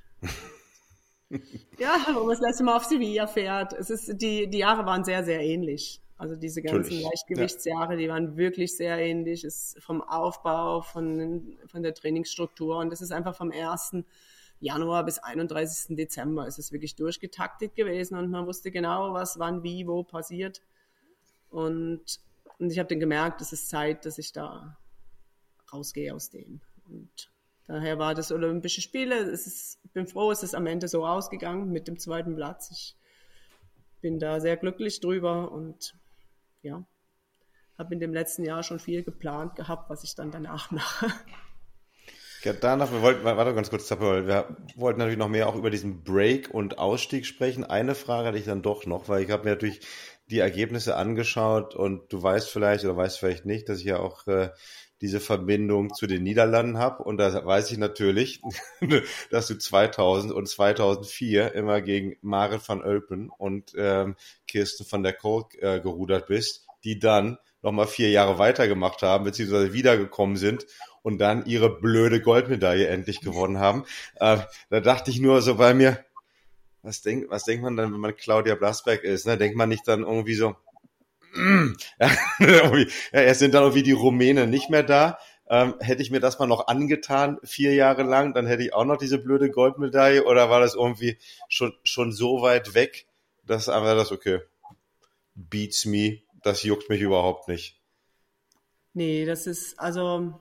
Ja, wo man das letzte Mal auf Sevilla fährt. Es ist, die, die Jahre waren sehr, sehr ähnlich. Also diese ganzen Leichtgewichtsjahre, ja. Die waren wirklich sehr ähnlich. Es vom Aufbau, von, von der Trainingsstruktur und das ist einfach vom ersten Januar bis einunddreißigsten Dezember ist es wirklich durchgetaktet gewesen und man wusste genau, was wann, wie, wo passiert. Und, und ich habe dann gemerkt, es ist Zeit, dass ich da rausgehe aus dem. Und daher war das Olympische Spiele. Es ist, ich bin froh, es ist am Ende so ausgegangen mit dem zweiten Platz. Ich bin da sehr glücklich drüber und ja, habe in dem letzten Jahr schon viel geplant gehabt, was ich dann danach mache. Ja, danach, wir wollten, warte ganz kurz, wir wollten natürlich noch mehr auch über diesen Break und Ausstieg sprechen. Eine Frage hatte ich dann doch noch, weil ich habe mir natürlich die Ergebnisse angeschaut und du weißt vielleicht oder weißt vielleicht nicht, dass ich ja auch äh, diese Verbindung zu den Niederlanden habe und da weiß ich natürlich, dass du zweitausend und zweitausendvier immer gegen Marit van Eupen und ähm, Kirsten van der Kolk äh, gerudert bist, die dann nochmal vier Jahre weitergemacht haben, beziehungsweise wiedergekommen sind und dann ihre blöde Goldmedaille endlich gewonnen haben. Äh, da dachte ich nur so bei mir, was denkt, was denkt man dann, wenn man Claudia Blasberg ist? Ne? Denkt man nicht dann irgendwie so, mm, ja, es sind dann irgendwie die Rumänen nicht mehr da. Ähm, hätte ich mir das mal noch angetan, vier Jahre lang, dann hätte ich auch noch diese blöde Goldmedaille oder war das irgendwie schon, schon so weit weg, dass einfach das, okay, beats me, das juckt mich überhaupt nicht. Nee, das ist, also,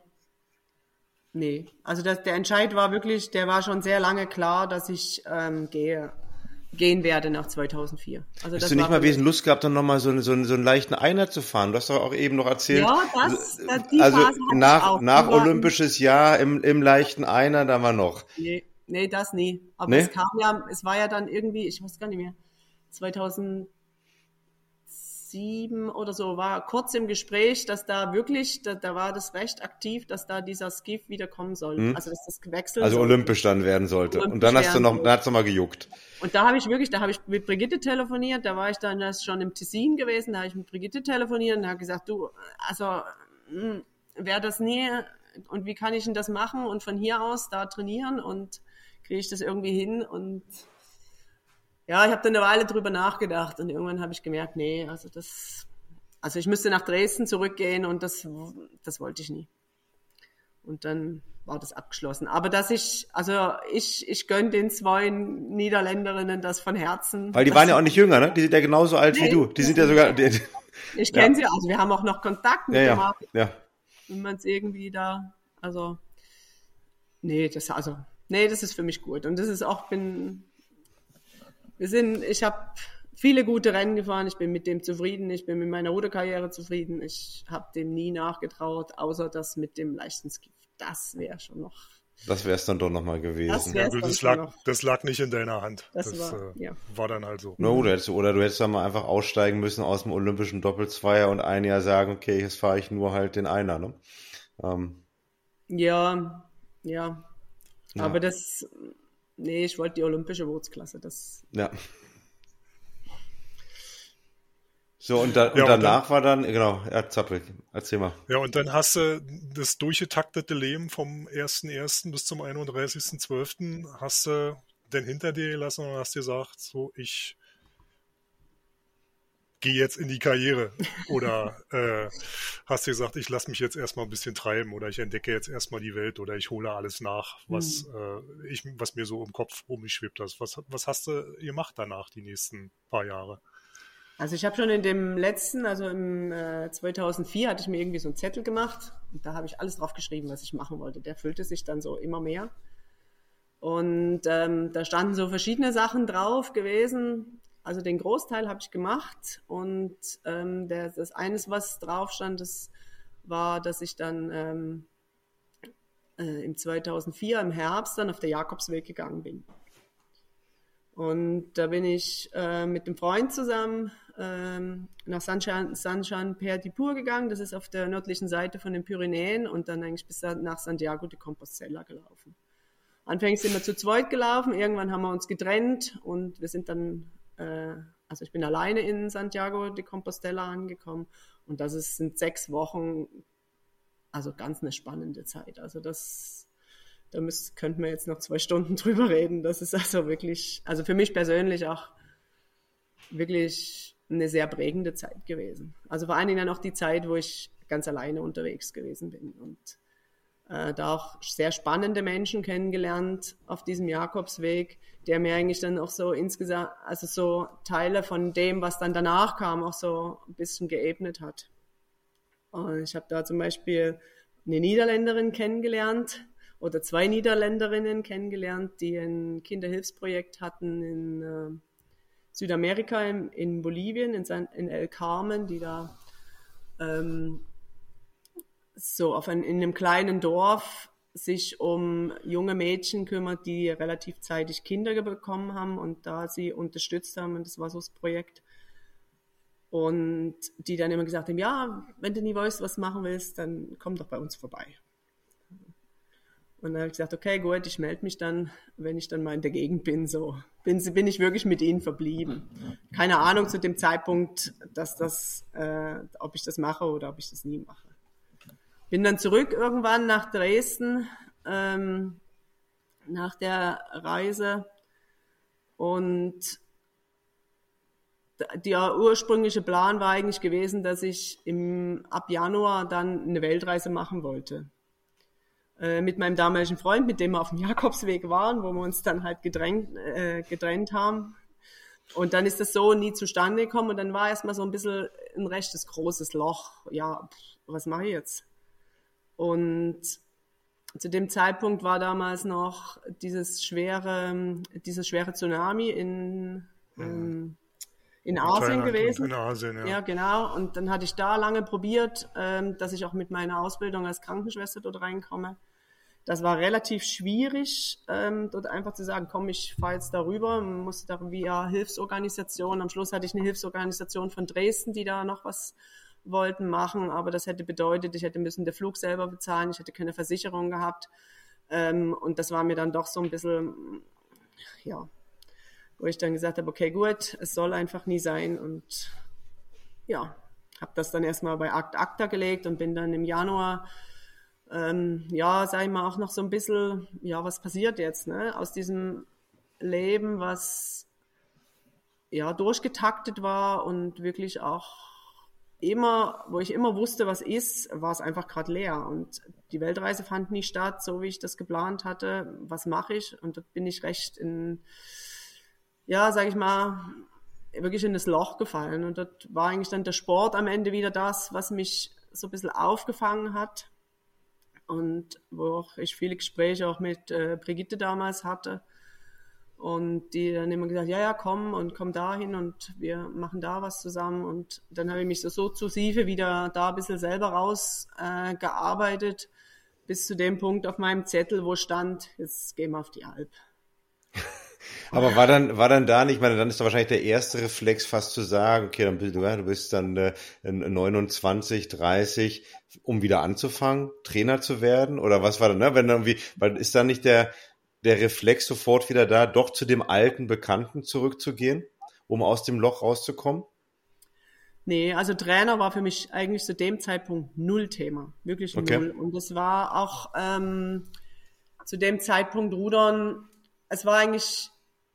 nee. Also das, der Entscheid war wirklich, der war schon sehr lange klar, dass ich ähm, gehe, gehen werde nach zweitausendvier. Also Hast das du nicht war mal wesen Lust gehabt, dann nochmal so, so, so einen leichten Einer zu fahren? Du hast doch auch eben noch erzählt. Ja, das, das die also Phase hatte nach, ich auch. nach war, olympisches Jahr im, im leichten Einer, da war noch. Nee, nee, das nie. Aber Nee? es kam ja, es war ja dann irgendwie, ich weiß gar nicht mehr, zweitausendsieben oder so, war kurz im Gespräch, dass da wirklich, da, da war das recht aktiv, dass da dieser Skiff wieder kommen soll. Hm. Also dass das gewechselt Also soll. olympisch dann werden sollte. Olympisch Und dann hast du noch, werden dann hat's noch mal gejuckt. Und da habe ich wirklich, da habe ich mit Brigitte telefoniert, da war ich dann erst schon im Tessin gewesen, da habe ich mit Brigitte telefoniert und habe gesagt, du, also wäre das nie, und wie kann ich denn das machen und von hier aus da trainieren und kriege ich das irgendwie hin und ja, ich habe dann eine Weile drüber nachgedacht und irgendwann habe ich gemerkt, nee, also das, also ich müsste nach Dresden zurückgehen und das, das wollte ich nie. Und dann war das abgeschlossen. Aber dass ich, also ich, ich gönne den zwei Niederländerinnen das von Herzen. Weil die waren ja auch nicht jünger, ne? Die sind ja genauso alt nee, wie du. Die sind ja sogar... Die, ich kenne ja. sie, also wir haben auch noch Kontakt mit ja, dem ja. ja. Wenn man es irgendwie da, also nee, das also, nee, das ist für mich gut. Und das ist auch, bin, wir sind, ich habe viele gute Rennen gefahren, ich bin mit dem zufrieden, ich bin mit meiner Ruderkarriere zufrieden, ich habe dem nie nachgetraut, außer das mit dem leichten Skiff. Das wäre schon noch. Das wäre es dann doch nochmal gewesen. Ja, gut, das, lag, das lag nicht in deiner Hand. Das, das war, äh, ja. war dann halt so. No, du hättest, oder du hättest dann mal einfach aussteigen müssen aus dem olympischen Doppelzweier und ein Jahr sagen, okay, jetzt fahre ich nur halt den Einer. Ne? Ähm. Ja, ja, ja. Aber das, nee, ich wollte die olympische Bootsklasse. Das. Ja. So, und, da, und ja, danach und dann, war dann, genau, ja, Zappel, erzähl mal. Ja, und dann hast du das durchgetaktete Leben vom ersten ersten bis zum einunddreißigsten zwölften hast du dann hinter dir gelassen und hast dir gesagt, so, ich gehe jetzt in die Karriere. Oder äh, hast dir gesagt, ich lasse mich jetzt erstmal ein bisschen treiben oder ich entdecke jetzt erstmal die Welt oder ich hole alles nach, was, hm. äh, ich, was mir so im Kopf rumgeschwebt hat. Was, was hast du gemacht danach, die nächsten paar Jahre? Also ich habe schon in dem letzten, also im äh, zweitausendvier hatte ich mir irgendwie so einen Zettel gemacht und da habe ich alles drauf geschrieben, was ich machen wollte. Der füllte sich dann so immer mehr und ähm, da standen so verschiedene Sachen drauf gewesen. Also den Großteil habe ich gemacht und ähm, der, das eines, was drauf stand, das war, dass ich dann ähm, äh, im zweitausendvier im Herbst dann auf der Jakobsweg gegangen bin. Und da bin ich äh, mit einem Freund zusammen ähm, nach Saint-Jean-Pied-de-Port gegangen. Das ist auf der nördlichen Seite von den Pyrenäen und dann eigentlich bis nach Santiago de Compostela gelaufen. Anfänglich sind wir zu zweit gelaufen, irgendwann haben wir uns getrennt und wir sind dann, äh, also ich bin alleine in Santiago de Compostela angekommen und das ist, sind sechs Wochen, also ganz eine spannende Zeit. Also das, da müsst, könnten wir jetzt noch zwei Stunden drüber reden. Das ist also wirklich, also für mich persönlich auch wirklich eine sehr prägende Zeit gewesen. Also vor allen Dingen dann auch die Zeit, wo ich ganz alleine unterwegs gewesen bin und äh, da auch sehr spannende Menschen kennengelernt auf diesem Jakobsweg, der mir eigentlich dann auch so insgesamt, also so Teile von dem, was dann danach kam, auch so ein bisschen geebnet hat. Und ich habe da zum Beispiel eine Niederländerin kennengelernt oder zwei Niederländerinnen kennengelernt, die ein Kinderhilfsprojekt hatten in äh, Südamerika, in, in Bolivien, in, San, in El Carmen, die da ähm, so auf ein, in einem kleinen Dorf sich um junge Mädchen kümmert, die relativ zeitig Kinder bekommen haben und da sie unterstützt haben, und das war so das Projekt. Und die dann immer gesagt haben, ja, wenn du nie weißt, was du machen willst, dann komm doch bei uns vorbei. Und dann habe ich gesagt, okay, gut, ich melde mich dann, wenn ich dann mal in der Gegend bin. So bin, bin ich wirklich mit ihnen verblieben. Keine Ahnung zu dem Zeitpunkt, dass das, äh, ob ich das mache oder ob ich das nie mache. Bin dann zurück irgendwann nach Dresden, ähm, nach der Reise. Und der ursprüngliche Plan war eigentlich gewesen, dass ich im, ab Januar dann eine Weltreise machen wollte. Äh, mit meinem damaligen Freund, mit dem wir auf dem Jakobsweg waren, wo wir uns dann halt gedrängt, äh, getrennt haben. Und dann ist das so nie zustande gekommen. Und dann war erstmal so ein bisschen ein rechtes großes Loch. Ja, pff, was mache ich jetzt? Und zu dem Zeitpunkt war damals noch dieses schwere, dieses schwere Tsunami in, mhm. in Asien gewesen. In Asien, ja. Ja, genau. Und dann hatte ich da lange probiert, dass ich auch mit meiner Ausbildung als Krankenschwester dort reinkomme. Das war relativ schwierig, dort einfach zu sagen, komm, ich fahre jetzt darüber. Man musste da via Hilfsorganisation. Am Schluss hatte ich eine Hilfsorganisation von Dresden, die da noch was wollten machen, aber das hätte bedeutet, ich hätte müssen den Flug selber bezahlen, ich hätte keine Versicherung gehabt, ähm, und das war mir dann doch so ein bisschen, ja, wo ich dann gesagt habe, okay, gut, es soll einfach nie sein, und ja, habe das dann erstmal bei Ad acta gelegt und bin dann im Januar, ähm, ja, sag ich mal, auch noch so ein bisschen, ja, was passiert jetzt, ne, aus diesem Leben, was ja durchgetaktet war und wirklich auch immer, wo ich immer wusste, was ist, war es einfach gerade leer. Und die Weltreise fand nie statt, so wie ich das geplant hatte. Was mache ich? Und dort bin ich recht in, ja, sage ich mal, wirklich in das Loch gefallen. Und dort war eigentlich dann der Sport am Ende wieder das, was mich so ein bisschen aufgefangen hat. Und wo auch ich viele Gespräche auch mit äh, Brigitte damals hatte. Und die dann immer gesagt, ja, ja, komm und komm dahin und wir machen da was zusammen. Und dann habe ich mich so sukzessive wieder da ein bisschen selber rausgearbeitet, äh, bis zu dem Punkt auf meinem Zettel, wo stand, jetzt gehen wir auf die Alp. Aber war dann, war dann da nicht, ich meine, dann ist doch wahrscheinlich der erste Reflex fast zu sagen, okay, dann bist du, du bist dann äh, neunundzwanzig, dreißig, um wieder anzufangen, Trainer zu werden? Oder was war dann, ne? Wenn dann irgendwie, weil ist dann nicht der, der Reflex sofort wieder da, doch zu dem alten Bekannten zurückzugehen, um aus dem Loch rauszukommen? Nee, also Trainer war für mich eigentlich zu dem Zeitpunkt null Thema, wirklich okay. null. Und es war auch ähm, zu dem Zeitpunkt Rudern, es war eigentlich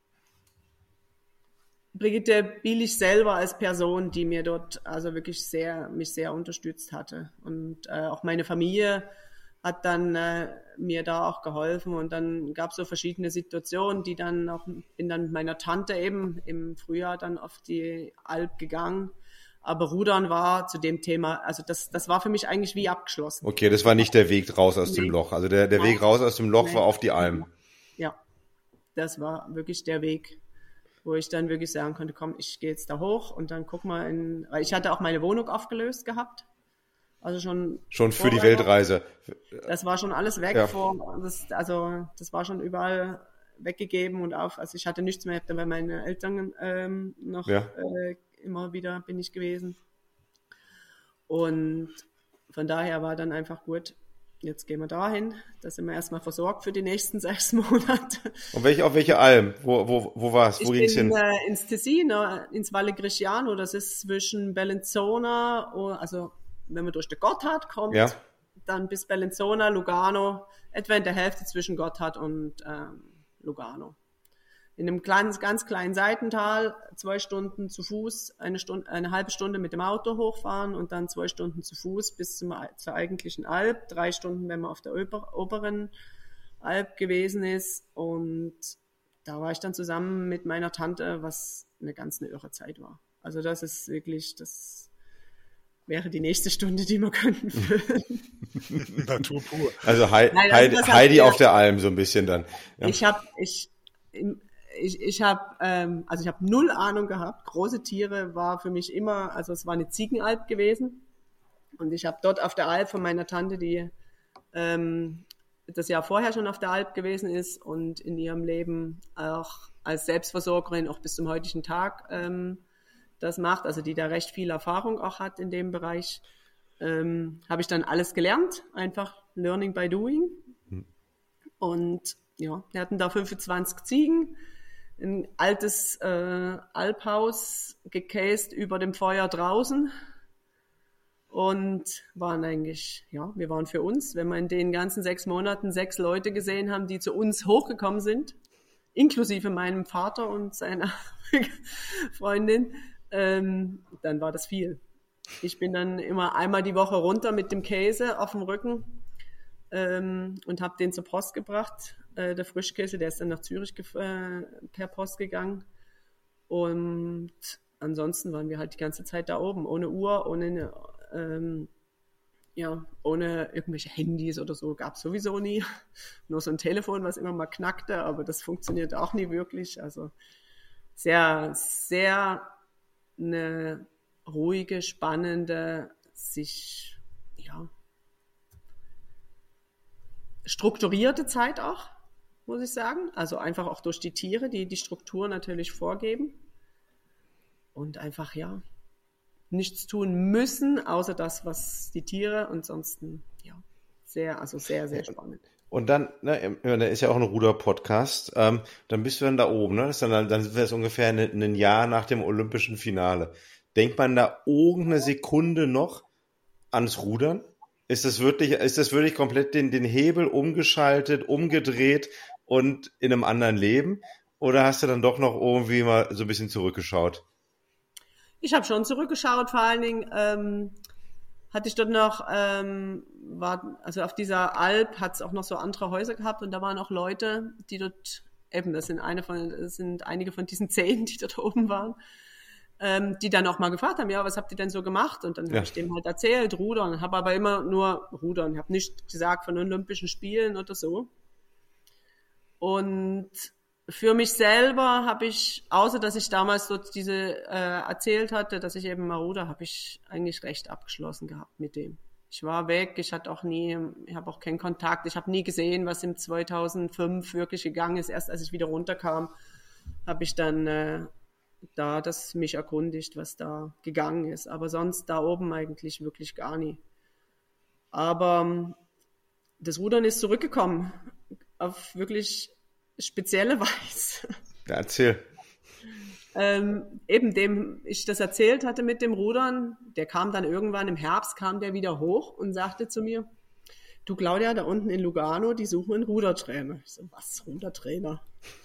Brigitte Bielich selber als Person, die mir dort also wirklich sehr, mich sehr unterstützt hatte. Und äh, auch meine Familie hat dann äh, mir da auch geholfen, und dann gab es so verschiedene Situationen, die dann auch, bin dann mit meiner Tante eben im Frühjahr dann auf die Alp gegangen, aber Rudern war zu dem Thema, also das, das war für mich eigentlich wie abgeschlossen. Okay, das war nicht der Weg raus aus nee. dem Loch, also der, der Weg raus aus dem Loch nee. war auf die Alm. Ja, das war wirklich der Weg, wo ich dann wirklich sagen konnte, komm, ich gehe jetzt da hoch und dann guck mal in, weil ich hatte auch meine Wohnung aufgelöst gehabt. Also schon schon für die Weltreise. Das war schon alles weg. Ja. Vor, das, also das war schon überall weggegeben und auf. Also ich hatte nichts mehr, ich habe dann bei meinen Eltern ähm, noch ja. äh, immer wieder bin ich gewesen. Und von daher war dann einfach gut, jetzt gehen wir dahin, da sind wir erstmal versorgt für die nächsten sechs Monate. Und welche, auf welche Alm? Wo, wo, wo war es? Wo ging es hin? Ich bin äh, ins Tessin, ins Valle Grisciano, das ist zwischen Bellinzona, also wenn man durch den Gotthard kommt, ja. dann bis Bellinzona, Lugano, etwa in der Hälfte zwischen Gotthard und ähm, Lugano. In einem kleinen, ganz kleinen Seitental, zwei Stunden zu Fuß, eine Stunde, eine halbe Stunde mit dem Auto hochfahren und dann zwei Stunden zu Fuß bis zum, zur eigentlichen Alp, drei Stunden, wenn man auf der ober, oberen Alp gewesen ist. Und da war ich dann zusammen mit meiner Tante, was eine ganz eine irre Zeit war. Also das ist wirklich, das wäre die nächste Stunde, die wir könnten füllen. Natur pur. Also Heidi, Nein, also Heidi, Heidi auf der Alm so ein bisschen dann. Ja. Ich habe, ich, Ich, ich habe ähm, also ich habe null Ahnung gehabt. Große Tiere war für mich immer, also es war eine Ziegenalp gewesen. Und ich habe dort auf der Alp von meiner Tante, die ähm, das Jahr vorher schon auf der Alp gewesen ist und in ihrem Leben auch als Selbstversorgerin auch bis zum heutigen Tag ähm, das macht, also die da recht viel Erfahrung auch hat in dem Bereich, ähm, habe ich dann alles gelernt, einfach Learning by Doing. Hm. Und ja, wir hatten da fünfundzwanzig Ziegen, ein altes äh, Alphaus gecased über dem Feuer draußen und waren eigentlich, ja, wir waren für uns, wenn wir in den ganzen sechs Monaten sechs Leute gesehen haben, die zu uns hochgekommen sind, inklusive meinem Vater und seiner Freundin, ähm, dann war das viel. Ich bin dann immer einmal die Woche runter mit dem Käse auf dem Rücken ähm, und habe den zur Post gebracht. Der Frischkäse, der ist dann nach Zürich äh, per Post gegangen. Und ansonsten waren wir halt die ganze Zeit da oben, ohne Uhr, ohne, ähm, ja, ohne irgendwelche Handys oder so, gab es sowieso nie. Nur so ein Telefon, was immer mal knackte, aber das funktioniert auch nie wirklich. Also sehr, sehr eine ruhige, spannende, sich, ja, strukturierte Zeit auch, muss ich sagen. Also einfach auch durch die Tiere, die die Struktur natürlich vorgeben. Und einfach, ja, nichts tun müssen, außer das, was die Tiere, und ansonsten, ja, sehr, also sehr, sehr spannend. Und dann, ne, da ist ja auch ein Ruder-Podcast, ähm, dann bist du dann da oben, ne? Das ist dann, dann sind wir jetzt ungefähr ein, ein Jahr nach dem olympischen Finale. Denkt man da irgendeine Sekunde noch ans Rudern? Ist das wirklich, ist das wirklich komplett den, den Hebel umgeschaltet, umgedreht und in einem anderen Leben? Oder hast du dann doch noch irgendwie mal so ein bisschen zurückgeschaut? Ich habe schon zurückgeschaut, vor allen Dingen ähm, hatte ich dort noch, ähm, war, also auf dieser Alp hat es auch noch so andere Häuser gehabt und da waren auch Leute, die dort, eben, das sind eine von, das sind einige von diesen zehn, die dort oben waren, ähm, die dann auch mal gefragt haben, ja, was habt ihr denn so gemacht? Und dann ja. habe ich dem halt erzählt, Rudern, habe aber immer nur Rudern, ich habe nicht gesagt von Olympischen Spielen oder so. Und für mich selber habe ich, außer dass ich damals dort diese äh, erzählt hatte, dass ich eben mal ruder, habe ich eigentlich recht abgeschlossen gehabt mit dem. Ich war weg, ich hatte auch nie, ich habe auch keinen Kontakt, ich habe nie gesehen, was im zweitausendfünf wirklich gegangen ist. Erst als ich wieder runterkam, habe ich dann äh, da das mich erkundigt, was da gegangen ist. Aber sonst da oben eigentlich wirklich gar nie. Aber das Rudern ist zurückgekommen auf wirklich spezielle Weise. Ja, erzähl. Ähm, eben dem ich das erzählt hatte mit dem Rudern, der kam dann irgendwann im Herbst, kam der wieder hoch und sagte zu mir, du Claudia, da unten in Lugano, die suchen einen Rudertrainer. Ich so, was, Rudertrainer?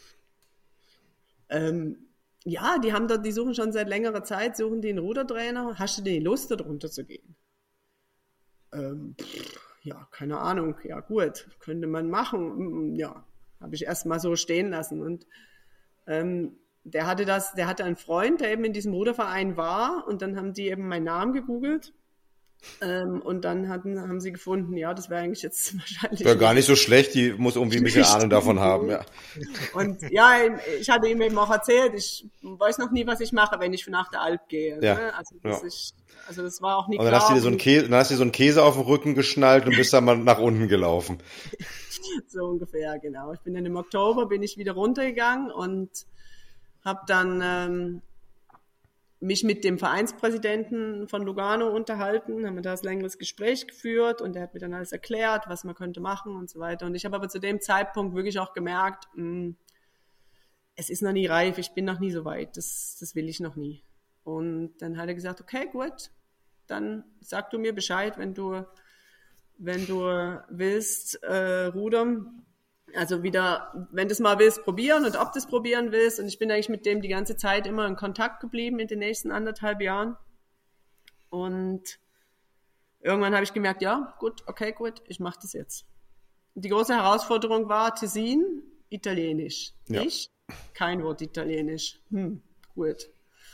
Ähm, ja, die haben da, die suchen schon seit längerer Zeit, suchen die einen Rudertrainer. Hast du denn die Lust, da drunter zu gehen? Ähm, pff, ja, keine Ahnung. Ja, gut, könnte man machen. Ja, habe ich erst mal so stehen lassen. Und ähm, der hatte das, der hatte einen Freund, der eben in diesem Ruderverein war, und dann haben die eben meinen Namen gegoogelt. Ähm, und dann hatten, haben sie gefunden, ja, das wäre eigentlich jetzt wahrscheinlich... Wäre gar nicht so schlecht, die muss irgendwie ein bisschen Ahnung davon haben, ja. Und ja, ich hatte ihm eben auch erzählt, ich weiß noch nie, was ich mache, wenn ich nach der Alp gehe. Ja. Ne? Also, das ja. ist, also das war auch nie und dann klar. Hast du dir so einen Käse, dann hast du dir so einen Käse auf den Rücken geschnallt und bist dann mal nach unten gelaufen. So ungefähr, genau. Ich bin dann im Oktober, bin ich wieder runtergegangen und habe dann... Ähm, mich mit dem Vereinspräsidenten von Lugano unterhalten, haben wir da ein längeres Gespräch geführt und der hat mir dann alles erklärt, was man könnte machen und so weiter. Und ich habe aber zu dem Zeitpunkt wirklich auch gemerkt, mh, es ist noch nie reif, ich bin noch nie so weit, das, das will ich noch nie. Und dann hat er gesagt, okay, gut, dann sag du mir Bescheid, wenn du, wenn du willst, äh, rudern. Also wieder, wenn du es mal willst, probieren und ob du es probieren willst. Und ich bin eigentlich mit dem die ganze Zeit immer in Kontakt geblieben in den nächsten anderthalb Jahren. Und irgendwann habe ich gemerkt, ja, gut, okay, gut, ich mache das jetzt. Die große Herausforderung war Tessin, Italienisch. Ja. Ich, kein Wort Italienisch. Hm, gut.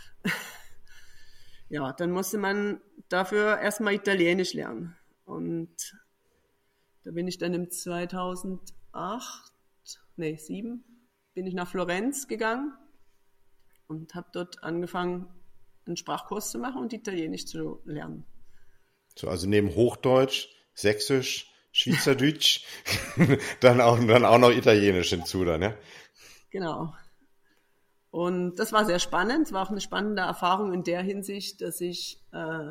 Ja, dann musste man dafür erstmal Italienisch lernen. Und da bin ich dann im zweitausendacht, nee, sieben, bin ich nach Florenz gegangen und habe dort angefangen, einen Sprachkurs zu machen und Italienisch zu lernen. So, also neben Hochdeutsch, Sächsisch, Schweizerdeutsch, dann auch, dann auch noch Italienisch hinzu dann, ja? Genau. Und das war sehr spannend. Es war auch eine spannende Erfahrung in der Hinsicht, dass ich äh,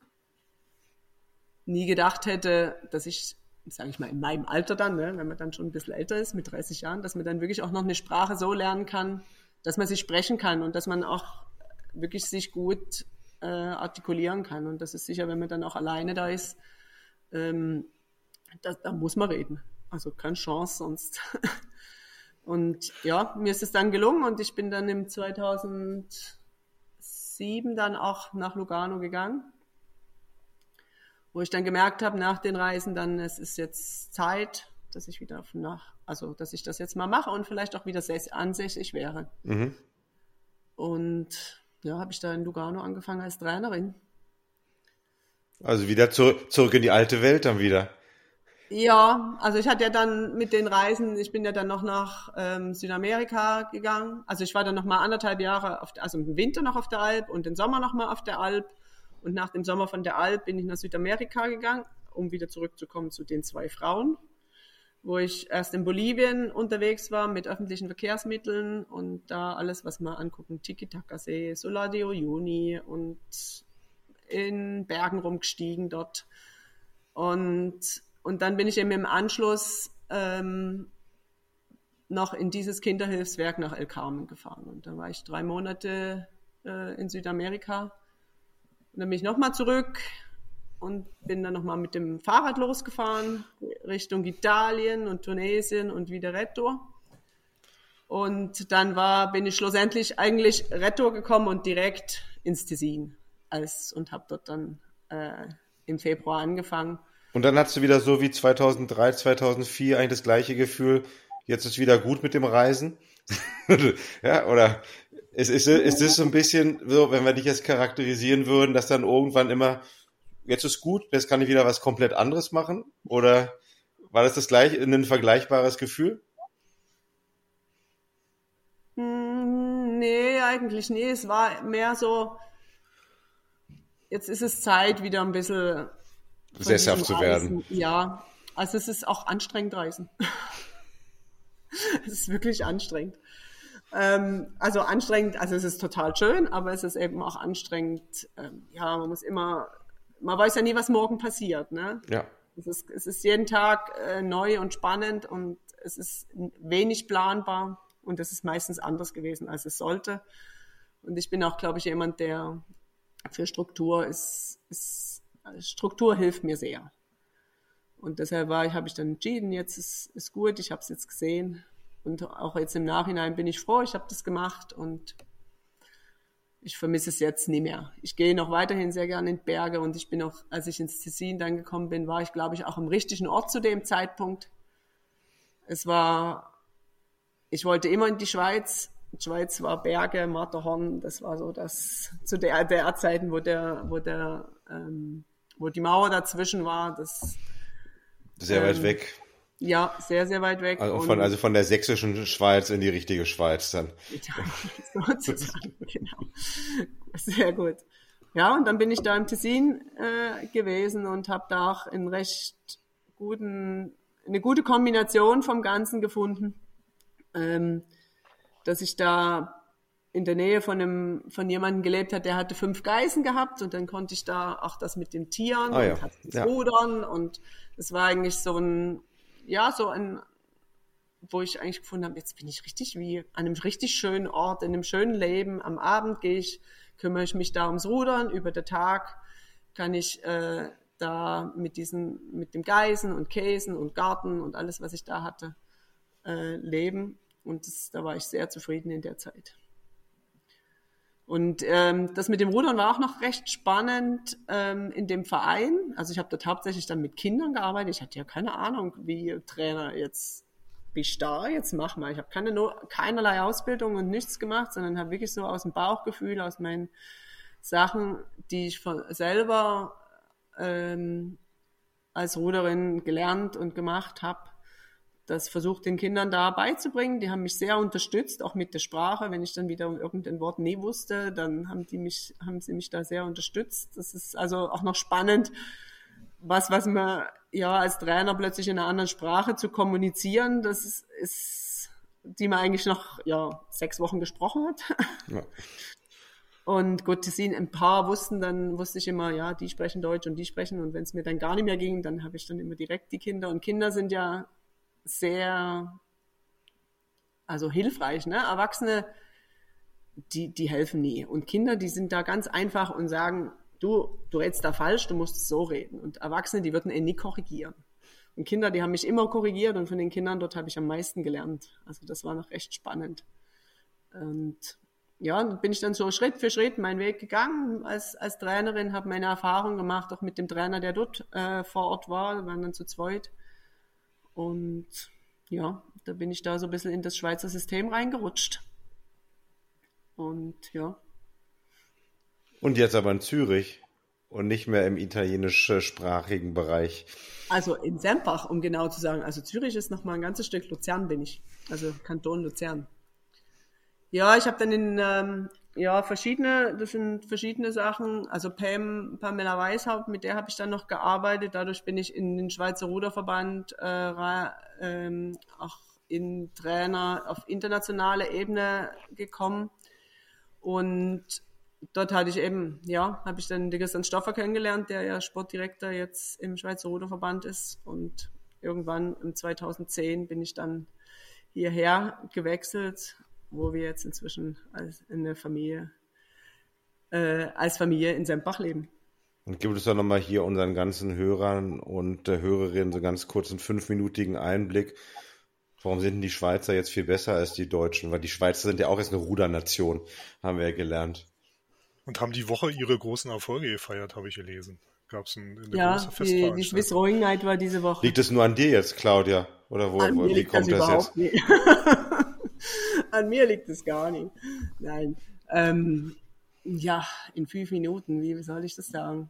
nie gedacht hätte, dass ich, sage ich mal, in meinem Alter dann, ne, wenn man dann schon ein bisschen älter ist, mit dreißig Jahren, dass man dann wirklich auch noch eine Sprache so lernen kann, dass man sie sprechen kann und dass man auch wirklich sich gut äh, artikulieren kann. Und das ist sicher, wenn man dann auch alleine da ist, ähm, da, da muss man reden. Also keine Chance sonst. Und ja, mir ist es dann gelungen und ich bin dann im zweitausendsieben dann auch nach Lugano gegangen, wo ich dann gemerkt habe nach den Reisen dann, es ist jetzt Zeit, dass ich wieder nach, also dass ich das jetzt mal mache und vielleicht auch wieder ansässig wäre. Mhm. Und ja, habe ich da in Lugano angefangen als Trainerin. Also wieder zurück, zurück in die alte Welt dann wieder. Ja, also ich hatte ja dann mit den Reisen, ich bin ja dann noch nach ähm, Südamerika gegangen. Also ich war dann noch mal anderthalb Jahre, auf der, also im Winter noch auf der Alp und im Sommer noch mal auf der Alp. Und nach dem Sommer von der Alp bin ich nach Südamerika gegangen, um wieder zurückzukommen zu den zwei Frauen, wo ich erst in Bolivien unterwegs war mit öffentlichen Verkehrsmitteln und da alles, was wir angucken, Titicaca-See, Salar de Uyuni und in Bergen rumgestiegen dort. Und Und dann bin ich eben im Anschluss ähm, noch in dieses Kinderhilfswerk nach El Carmen gefahren. Und da war ich drei Monate äh, in Südamerika. Und dann bin ich nochmal zurück und bin dann nochmal mit dem Fahrrad losgefahren Richtung Italien und Tunesien und wieder retour. Und dann war, bin ich schlussendlich eigentlich retour gekommen und direkt ins Tessin als, und habe dort dann äh, im Februar angefangen. Und dann hast du wieder so wie zweitausenddrei, zweitausendvier eigentlich das gleiche Gefühl, jetzt ist wieder gut mit dem Reisen? Ja, oder ist, ist, ist das so ein bisschen so, wenn wir dich jetzt charakterisieren würden, dass dann irgendwann immer, jetzt ist gut, jetzt kann ich wieder was komplett anderes machen? Oder war das das gleiche, ein vergleichbares Gefühl? Nee, eigentlich nie. Es war mehr so, jetzt ist es Zeit, wieder ein bisschen sesshaft zu werden. Ja, also es ist auch anstrengend reisen. Es ist wirklich anstrengend. Ähm, also anstrengend, also es ist total schön, aber es ist eben auch anstrengend. Ähm, ja, man muss immer, man weiß ja nie, was morgen passiert, ne? Ja. Es ist, es ist jeden Tag äh, neu und spannend und es ist wenig planbar und es ist meistens anders gewesen, als es sollte. Und ich bin auch, glaube ich, jemand, der für Struktur ist, ist Struktur hilft mir sehr. Und deshalb war, habe ich dann entschieden, jetzt ist, ist gut, ich habe es jetzt gesehen. Und auch jetzt im Nachhinein bin ich froh, ich habe das gemacht und ich vermisse es jetzt nie mehr. Ich gehe noch weiterhin sehr gerne in die Berge und ich bin auch, als ich ins Tessin dann gekommen bin, war ich, glaube ich, auch am richtigen Ort zu dem Zeitpunkt. Es war, ich wollte immer in die Schweiz. Die Schweiz war Berge, Matterhorn, das war so das, zu der, der Zeiten, wo der, wo der, ähm, wo die Mauer dazwischen war, das sehr ähm, weit weg. Ja, sehr, sehr weit weg. Also von, also von der sächsischen Schweiz in die richtige Schweiz dann. Ja, sozusagen, genau. Sehr gut. Ja, und dann bin ich da im Tessin äh, gewesen und habe da auch einen recht guten, eine gute Kombination vom Ganzen gefunden, ähm, dass ich da in der Nähe von einem, von jemandem gelebt hat, der hatte fünf Geißen gehabt und dann konnte ich da auch das mit den Tieren Ah, ja. und hatte das Ja. Rudern und es war eigentlich so ein, ja, so ein, wo ich eigentlich gefunden habe, jetzt bin ich richtig wie an einem richtig schönen Ort, in einem schönen Leben. Am Abend gehe ich, kümmere ich mich da ums Rudern, über den Tag kann ich äh, da mit diesen, mit dem Geißen und Käsen und Garten und alles, was ich da hatte, äh, leben. Und das, da war ich sehr zufrieden in der Zeit. Und ähm, das mit dem Rudern war auch noch recht spannend ähm, in dem Verein. Also ich habe dort hauptsächlich dann mit Kindern gearbeitet. Ich hatte ja keine Ahnung, wie Trainer jetzt, wie ich da jetzt mache mal. Ich habe keine, no- keinerlei Ausbildung und nichts gemacht, sondern habe wirklich so aus dem Bauchgefühl, aus meinen Sachen, die ich von, selber ähm, als Ruderin gelernt und gemacht habe, das versucht den Kindern da beizubringen. Die haben mich sehr unterstützt, auch mit der Sprache. Wenn ich dann wieder irgendein Wort nie wusste, dann haben die mich, haben sie mich da sehr unterstützt. Das ist also auch noch spannend, was, was man ja als Trainer plötzlich in einer anderen Sprache zu kommunizieren, das ist, ist die man eigentlich noch ja sechs Wochen gesprochen hat. Ja. Und gut, sie ein paar wussten, dann wusste ich immer, ja, die sprechen Deutsch und die sprechen. Und wenn es mir dann gar nicht mehr ging, dann habe ich dann immer direkt die Kinder. Und Kinder sind ja sehr, also hilfreich, ne? Erwachsene, die, die helfen nie. Und Kinder, die sind da ganz einfach und sagen, du, du redest da falsch, du musst so reden. Und Erwachsene, die würden eh nie korrigieren. Und Kinder, die haben mich immer korrigiert und von den Kindern dort habe ich am meisten gelernt. Also das war noch recht spannend. Und ja, bin ich dann so Schritt für Schritt meinen Weg gegangen als, als Trainerin, habe meine Erfahrung gemacht, auch mit dem Trainer, der dort äh, vor Ort war. Wir waren dann zu zweit. Und ja, da bin ich da so ein bisschen in das Schweizer System reingerutscht. Und ja. Und jetzt aber in Zürich und nicht mehr im italienischsprachigen Bereich. Also in Sempach, um genau zu sagen. Also Zürich ist noch mal ein ganzes Stück, Luzern bin ich. Also Kanton Luzern. Ja, ich habe dann in ähm, ja verschiedene, das sind verschiedene Sachen. Also Pam, Pamela Weishaupt, mit der habe ich dann noch gearbeitet. Dadurch bin ich in den Schweizer Ruderverband äh, ra, ähm, auch in Trainer auf internationaler Ebene gekommen. Und dort hatte ich eben, ja, habe ich dann den Christian Stoffer kennengelernt, der ja Sportdirektor jetzt im Schweizer Ruderverband ist. Und irgendwann im zweitausendzehn bin ich dann hierher gewechselt, wo wir jetzt inzwischen als in der Familie, äh, als Familie in Sempach leben. Und gibt es doch nochmal hier unseren ganzen Hörern und äh, Hörerinnen so ganz kurz einen fünfminütigen Einblick. Warum sind denn die Schweizer jetzt viel besser als die Deutschen? Weil die Schweizer sind ja auch jetzt eine Rudernation, haben wir ja gelernt. Und haben die Woche ihre großen Erfolge gefeiert, habe ich gelesen. Gab es ein, eine Ja, große die, die Festveranstaltung. Swiss Rowing Night war diese Woche. Liegt es nur an dir jetzt, Claudia? Oder wo, An wo mir wie liegt das kommt das überhaupt jetzt? nicht. An mir liegt es gar nicht. Nein. Ähm, ja, in fünf Minuten, wie soll ich das sagen?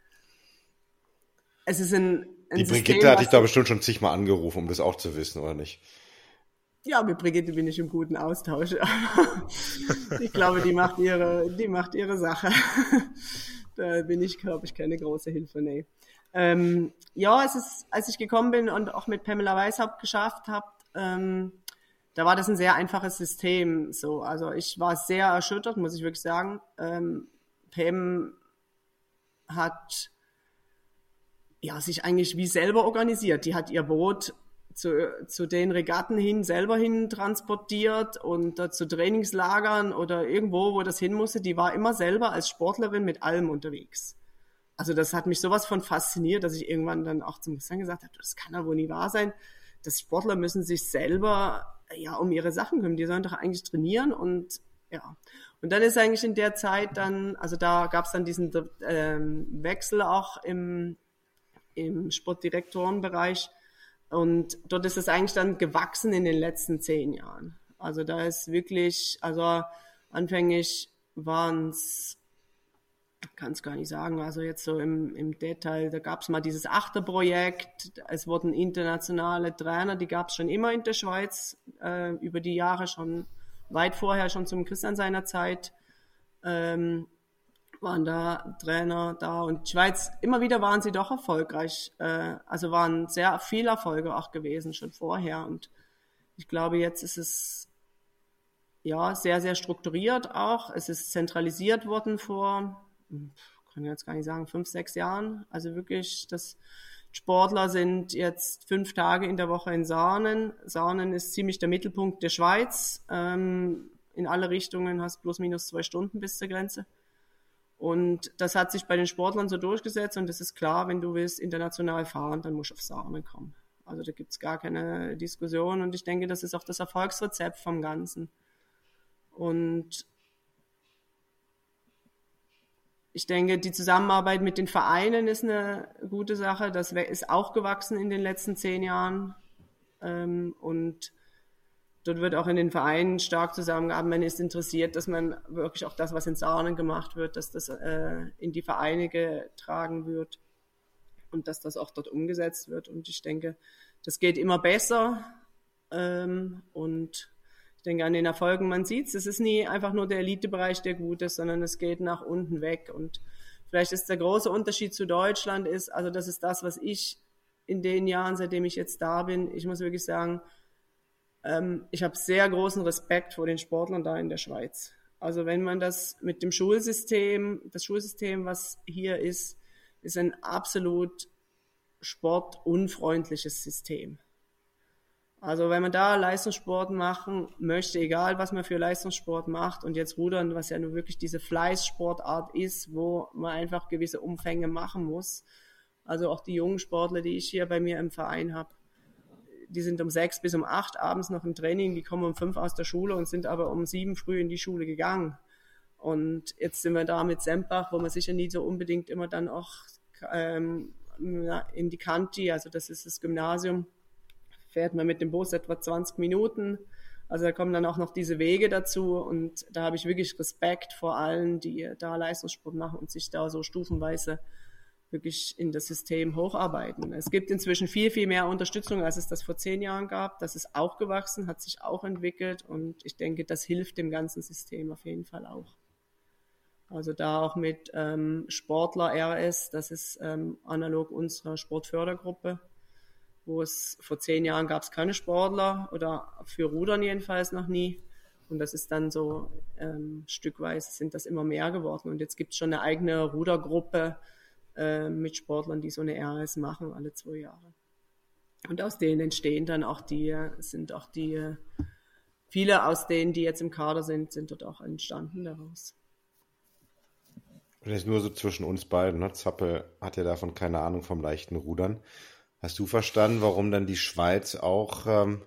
Es ist ein, ein Die System, Brigitte hatte ich was- da bestimmt schon zigmal angerufen, um das auch zu wissen, oder nicht? Ja, mit Brigitte bin ich im guten Austausch. Ich glaube, die macht ihre, die macht ihre Sache. Da bin ich, glaube ich, keine große Hilfe, nee. Ähm, ja, es ist, als ich gekommen bin und auch mit Pamela Weishaupt geschafft habe, ähm, da war das ein sehr einfaches System. So, also ich war sehr erschüttert, muss ich wirklich sagen. Ähm, Pam hat ja sich eigentlich wie selber organisiert. Die hat ihr Boot zu, zu den Regatten hin selber hin transportiert und äh, zu Trainingslagern oder irgendwo, wo das hin musste. Die war immer selber als Sportlerin mit allem unterwegs. Also das hat mich sowas von fasziniert, dass ich irgendwann dann auch zum Christian gesagt habe, das kann ja wohl nie wahr sein. Das Sportler müssen sich selber ja um ihre Sachen kümmern. Die sollen doch eigentlich trainieren und ja. Und dann ist eigentlich in der Zeit dann, also da gab es dann diesen ähm, Wechsel auch im, im Sportdirektorenbereich. Und dort ist es eigentlich dann gewachsen in den letzten zehn Jahren. Also da ist wirklich, also anfänglich waren es, kann es gar nicht sagen, also jetzt so im, im Detail, da gab es mal dieses Achterprojekt, es wurden internationale Trainer, die gab es schon immer in der Schweiz, äh, über die Jahre schon, weit vorher schon zum Christian seiner Zeit, ähm, waren da Trainer da und die Schweiz, immer wieder waren sie doch erfolgreich, äh, also waren sehr viele Erfolge auch gewesen schon vorher und ich glaube jetzt ist es ja, sehr, sehr strukturiert auch. Es ist zentralisiert worden vor, kann ich jetzt gar nicht sagen, fünf, sechs Jahren. Also wirklich, das Sportler sind jetzt fünf Tage in der Woche in Sarnen. Sarnen ist ziemlich der Mittelpunkt der Schweiz. Ähm, in alle Richtungen hast plus minus zwei Stunden bis zur Grenze. Und das hat sich bei den Sportlern so durchgesetzt und es ist klar, wenn du willst international fahren, dann musst du auf Sarnen kommen. Also da gibt es gar keine Diskussion und ich denke, das ist auch das Erfolgsrezept vom Ganzen. Und ich denke, die Zusammenarbeit mit den Vereinen ist eine gute Sache. Das ist auch gewachsen in den letzten zehn Jahren. Und dort wird auch in den Vereinen stark zusammengearbeitet. Man ist interessiert, dass man wirklich auch das, was in Sarnen gemacht wird, dass das in die Vereine getragen wird und dass das auch dort umgesetzt wird. Und ich denke, das geht immer besser. Und ich denke an den Erfolgen, man sieht es, es ist nie einfach nur der Elitebereich, der gut ist, sondern es geht nach unten weg. Und vielleicht ist der große Unterschied zu Deutschland ist, also das ist das, was ich in den Jahren, seitdem ich jetzt da bin, ich muss wirklich sagen, ähm, ich habe sehr großen Respekt vor den Sportlern da in der Schweiz. Also wenn man das mit dem Schulsystem, das Schulsystem, was hier ist, ist ein absolut sportunfreundliches System. Also wenn man da Leistungssport machen möchte, egal was man für Leistungssport macht und jetzt Rudern, was ja nur wirklich diese Fleißsportart ist, wo man einfach gewisse Umfänge machen muss. Also auch die jungen Sportler, die ich hier bei mir im Verein habe, die sind um sechs bis um acht abends noch im Training, die kommen um fünf aus der Schule und sind aber um sieben früh in die Schule gegangen. Und jetzt sind wir da mit Sempach, wo man sicher nie so unbedingt immer dann auch ähm, in die Kanti, also das ist das Gymnasium, fährt man mit dem Bus etwa zwanzig Minuten. Also da kommen dann auch noch diese Wege dazu und da habe ich wirklich Respekt vor allen, die da Leistungssport machen und sich da so stufenweise wirklich in das System hocharbeiten. Es gibt inzwischen viel, viel mehr Unterstützung, als es das vor zehn Jahren gab. Das ist auch gewachsen, hat sich auch entwickelt und ich denke, das hilft dem ganzen System auf jeden Fall auch. Also da auch mit ähm, Sportler R S, das ist ähm, analog unserer Sportfördergruppe, wo es vor zehn Jahren gab es keine Sportler oder für Rudern jedenfalls noch nie. Und das ist dann so ähm, stückweise sind das immer mehr geworden. Und jetzt gibt es schon eine eigene Rudergruppe äh, mit Sportlern, die so eine R S machen alle zwei Jahre. Und aus denen entstehen dann auch die, sind auch die, viele aus denen, die jetzt im Kader sind, sind dort auch entstanden daraus. Und das ist nur so zwischen uns beiden, ne? Zappel hat ja davon keine Ahnung vom leichten Rudern. Hast du verstanden, warum dann die Schweiz auch ähm,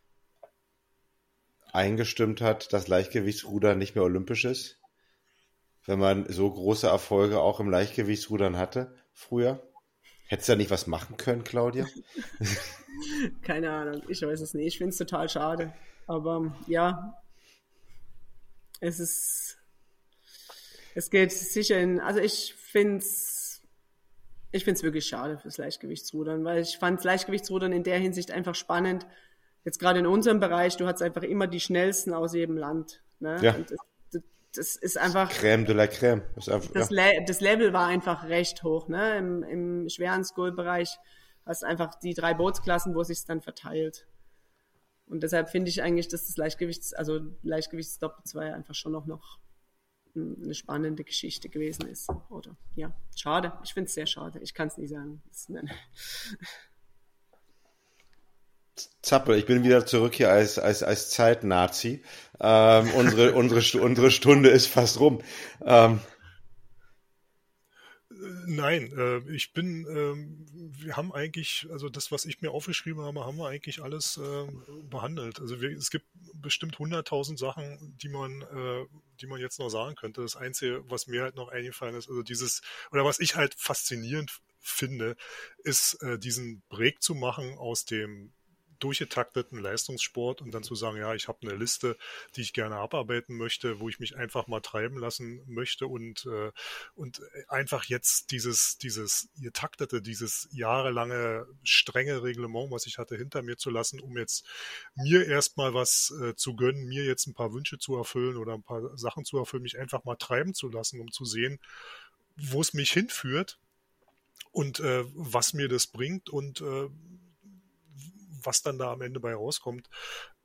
eingestimmt hat, dass Leichtgewichtsrudern nicht mehr olympisch ist? Wenn man so große Erfolge auch im Leichtgewichtsrudern hatte früher? Hättest du da nicht was machen können, Claudia? Keine Ahnung, ich weiß es nicht. Ich finde es total schade. Aber ja, es ist, es geht sicher in, also ich finde es Ich finde es wirklich schade fürs Leichtgewichtsrudern, weil ich fand Leichtgewichtsrudern in der Hinsicht einfach spannend. Jetzt gerade in unserem Bereich, du hast einfach immer die Schnellsten aus jedem Land. Ne? Ja. Und das, das ist einfach... Crème de la Crème. Das, ist einfach, das, ja. Le- das Level war einfach recht hoch. Ne? Im, im schweren School-Bereich hast du einfach die drei Bootsklassen, wo es sich dann verteilt. Und deshalb finde ich eigentlich, dass das Leichtgewichts, also Leichtgewichtsdoppel zwei einfach schon noch, noch eine spannende Geschichte gewesen ist. Oder ja, schade. Ich finde es sehr schade. Ich kann es nicht sagen. Zappel, ich bin wieder zurück hier als, als, als Zeitnazi. Ähm, unsere, unsere, unsere Stunde ist fast rum. Ähm, Nein, äh, ich bin, ähm, wir haben eigentlich, also das, was ich mir aufgeschrieben habe, haben wir eigentlich alles äh, behandelt. Also wir, es gibt bestimmt hunderttausend Sachen, die man, äh, die man jetzt noch sagen könnte. Das Einzige, was mir halt noch eingefallen ist, also dieses, oder was ich halt faszinierend finde, ist äh, diesen Break zu machen aus dem durchgetakteten Leistungssport und dann zu sagen, ja, ich habe eine Liste, die ich gerne abarbeiten möchte, wo ich mich einfach mal treiben lassen möchte und äh, und einfach jetzt dieses dieses getaktete, dieses jahrelange strenge Reglement, was ich hatte, hinter mir zu lassen, um jetzt mir erstmal was äh, zu gönnen, mir jetzt ein paar Wünsche zu erfüllen oder ein paar Sachen zu erfüllen, mich einfach mal treiben zu lassen, um zu sehen, wo es mich hinführt und äh, was mir das bringt und äh, was dann da am Ende bei rauskommt.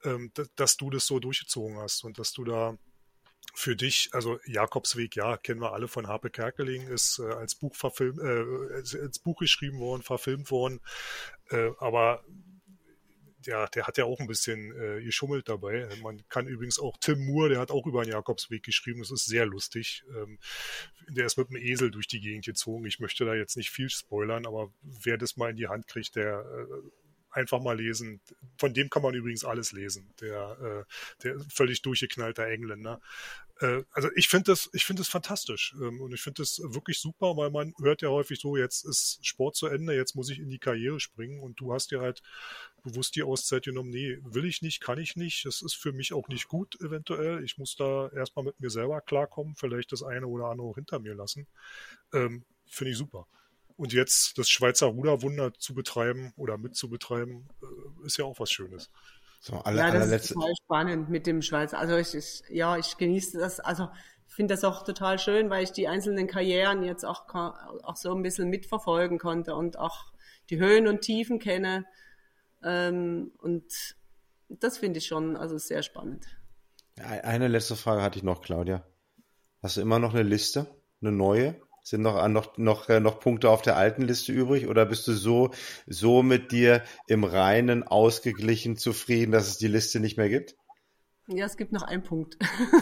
ähm, d- dass du das so durchgezogen hast und dass du da für dich, also Jakobsweg, ja, kennen wir alle von Harpe Kerkeling, ist äh, als Buch verfilmt, äh, als, als Buch geschrieben worden, verfilmt worden, äh, aber ja, der hat ja auch ein bisschen äh, geschummelt dabei. Man kann übrigens auch Tim Moore, der hat auch über den Jakobsweg geschrieben, das ist sehr lustig. Ähm, der ist mit einem Esel durch die Gegend gezogen. Ich möchte da jetzt nicht viel spoilern, aber wer das mal in die Hand kriegt, der äh, einfach mal lesen. Von dem kann man übrigens alles lesen. Der, äh, der völlig durchgeknallter Engländer. Äh, also ich finde das, ich finde das fantastisch. Ähm, und ich finde das wirklich super, weil man hört ja häufig so, jetzt ist Sport zu Ende, jetzt muss ich in die Karriere springen. Und du hast dir halt bewusst die Auszeit genommen, nee, will ich nicht, kann ich nicht. Das ist für mich auch nicht gut eventuell. Ich muss da erstmal mit mir selber klarkommen, vielleicht das eine oder andere auch hinter mir lassen. Ähm, finde ich super. Und jetzt das Schweizer Ruderwunder zu betreiben oder mitzubetreiben, ist ja auch was Schönes. So, alle, ja, das allerletzte... ist total spannend mit dem Schweizer. Also ich, ich ja, ich genieße das. Also ich finde das auch total schön, weil ich die einzelnen Karrieren jetzt auch, auch so ein bisschen mitverfolgen konnte und auch die Höhen und Tiefen kenne. Ähm, und das finde ich schon also sehr spannend. Eine letzte Frage hatte ich noch, Claudia. Hast du immer noch eine Liste, eine neue? Sind noch, noch, noch, noch Punkte auf der alten Liste übrig oder bist du so, so mit dir im Reinen ausgeglichen zufrieden, dass es die Liste nicht mehr gibt? Ja, es gibt noch einen Punkt.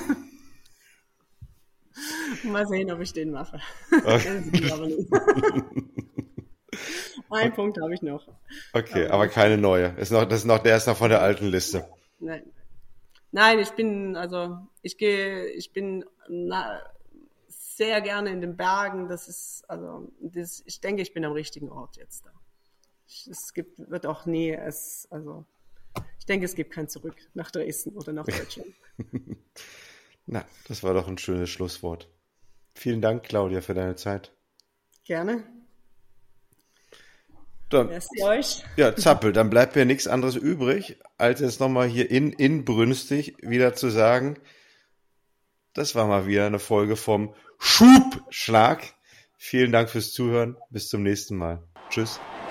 Mal sehen, ob ich den mache. Okay. Aber nicht. Einen okay. Punkt habe ich noch. Okay, aber, aber keine neue. Ist noch, das ist noch, der ist noch von der alten Liste. Nein. Nein, ich bin, also, ich gehe, ich bin, na, sehr gerne in den Bergen. Das ist, also, das, ich denke, ich bin am richtigen Ort jetzt da. Ich, es gibt, wird auch nie, es, also, ich denke, es gibt kein Zurück nach Dresden oder nach Deutschland. Na, das war doch ein schönes Schlusswort. Vielen Dank, Claudia, für deine Zeit. Gerne. Dann, Merci euch. Ja, Zappel, dann bleibt mir nichts anderes übrig, als jetzt nochmal hier in, inbrünstig wieder zu sagen, das war mal wieder eine Folge vom Schubschlag. Vielen Dank fürs Zuhören. Bis zum nächsten Mal. Tschüss.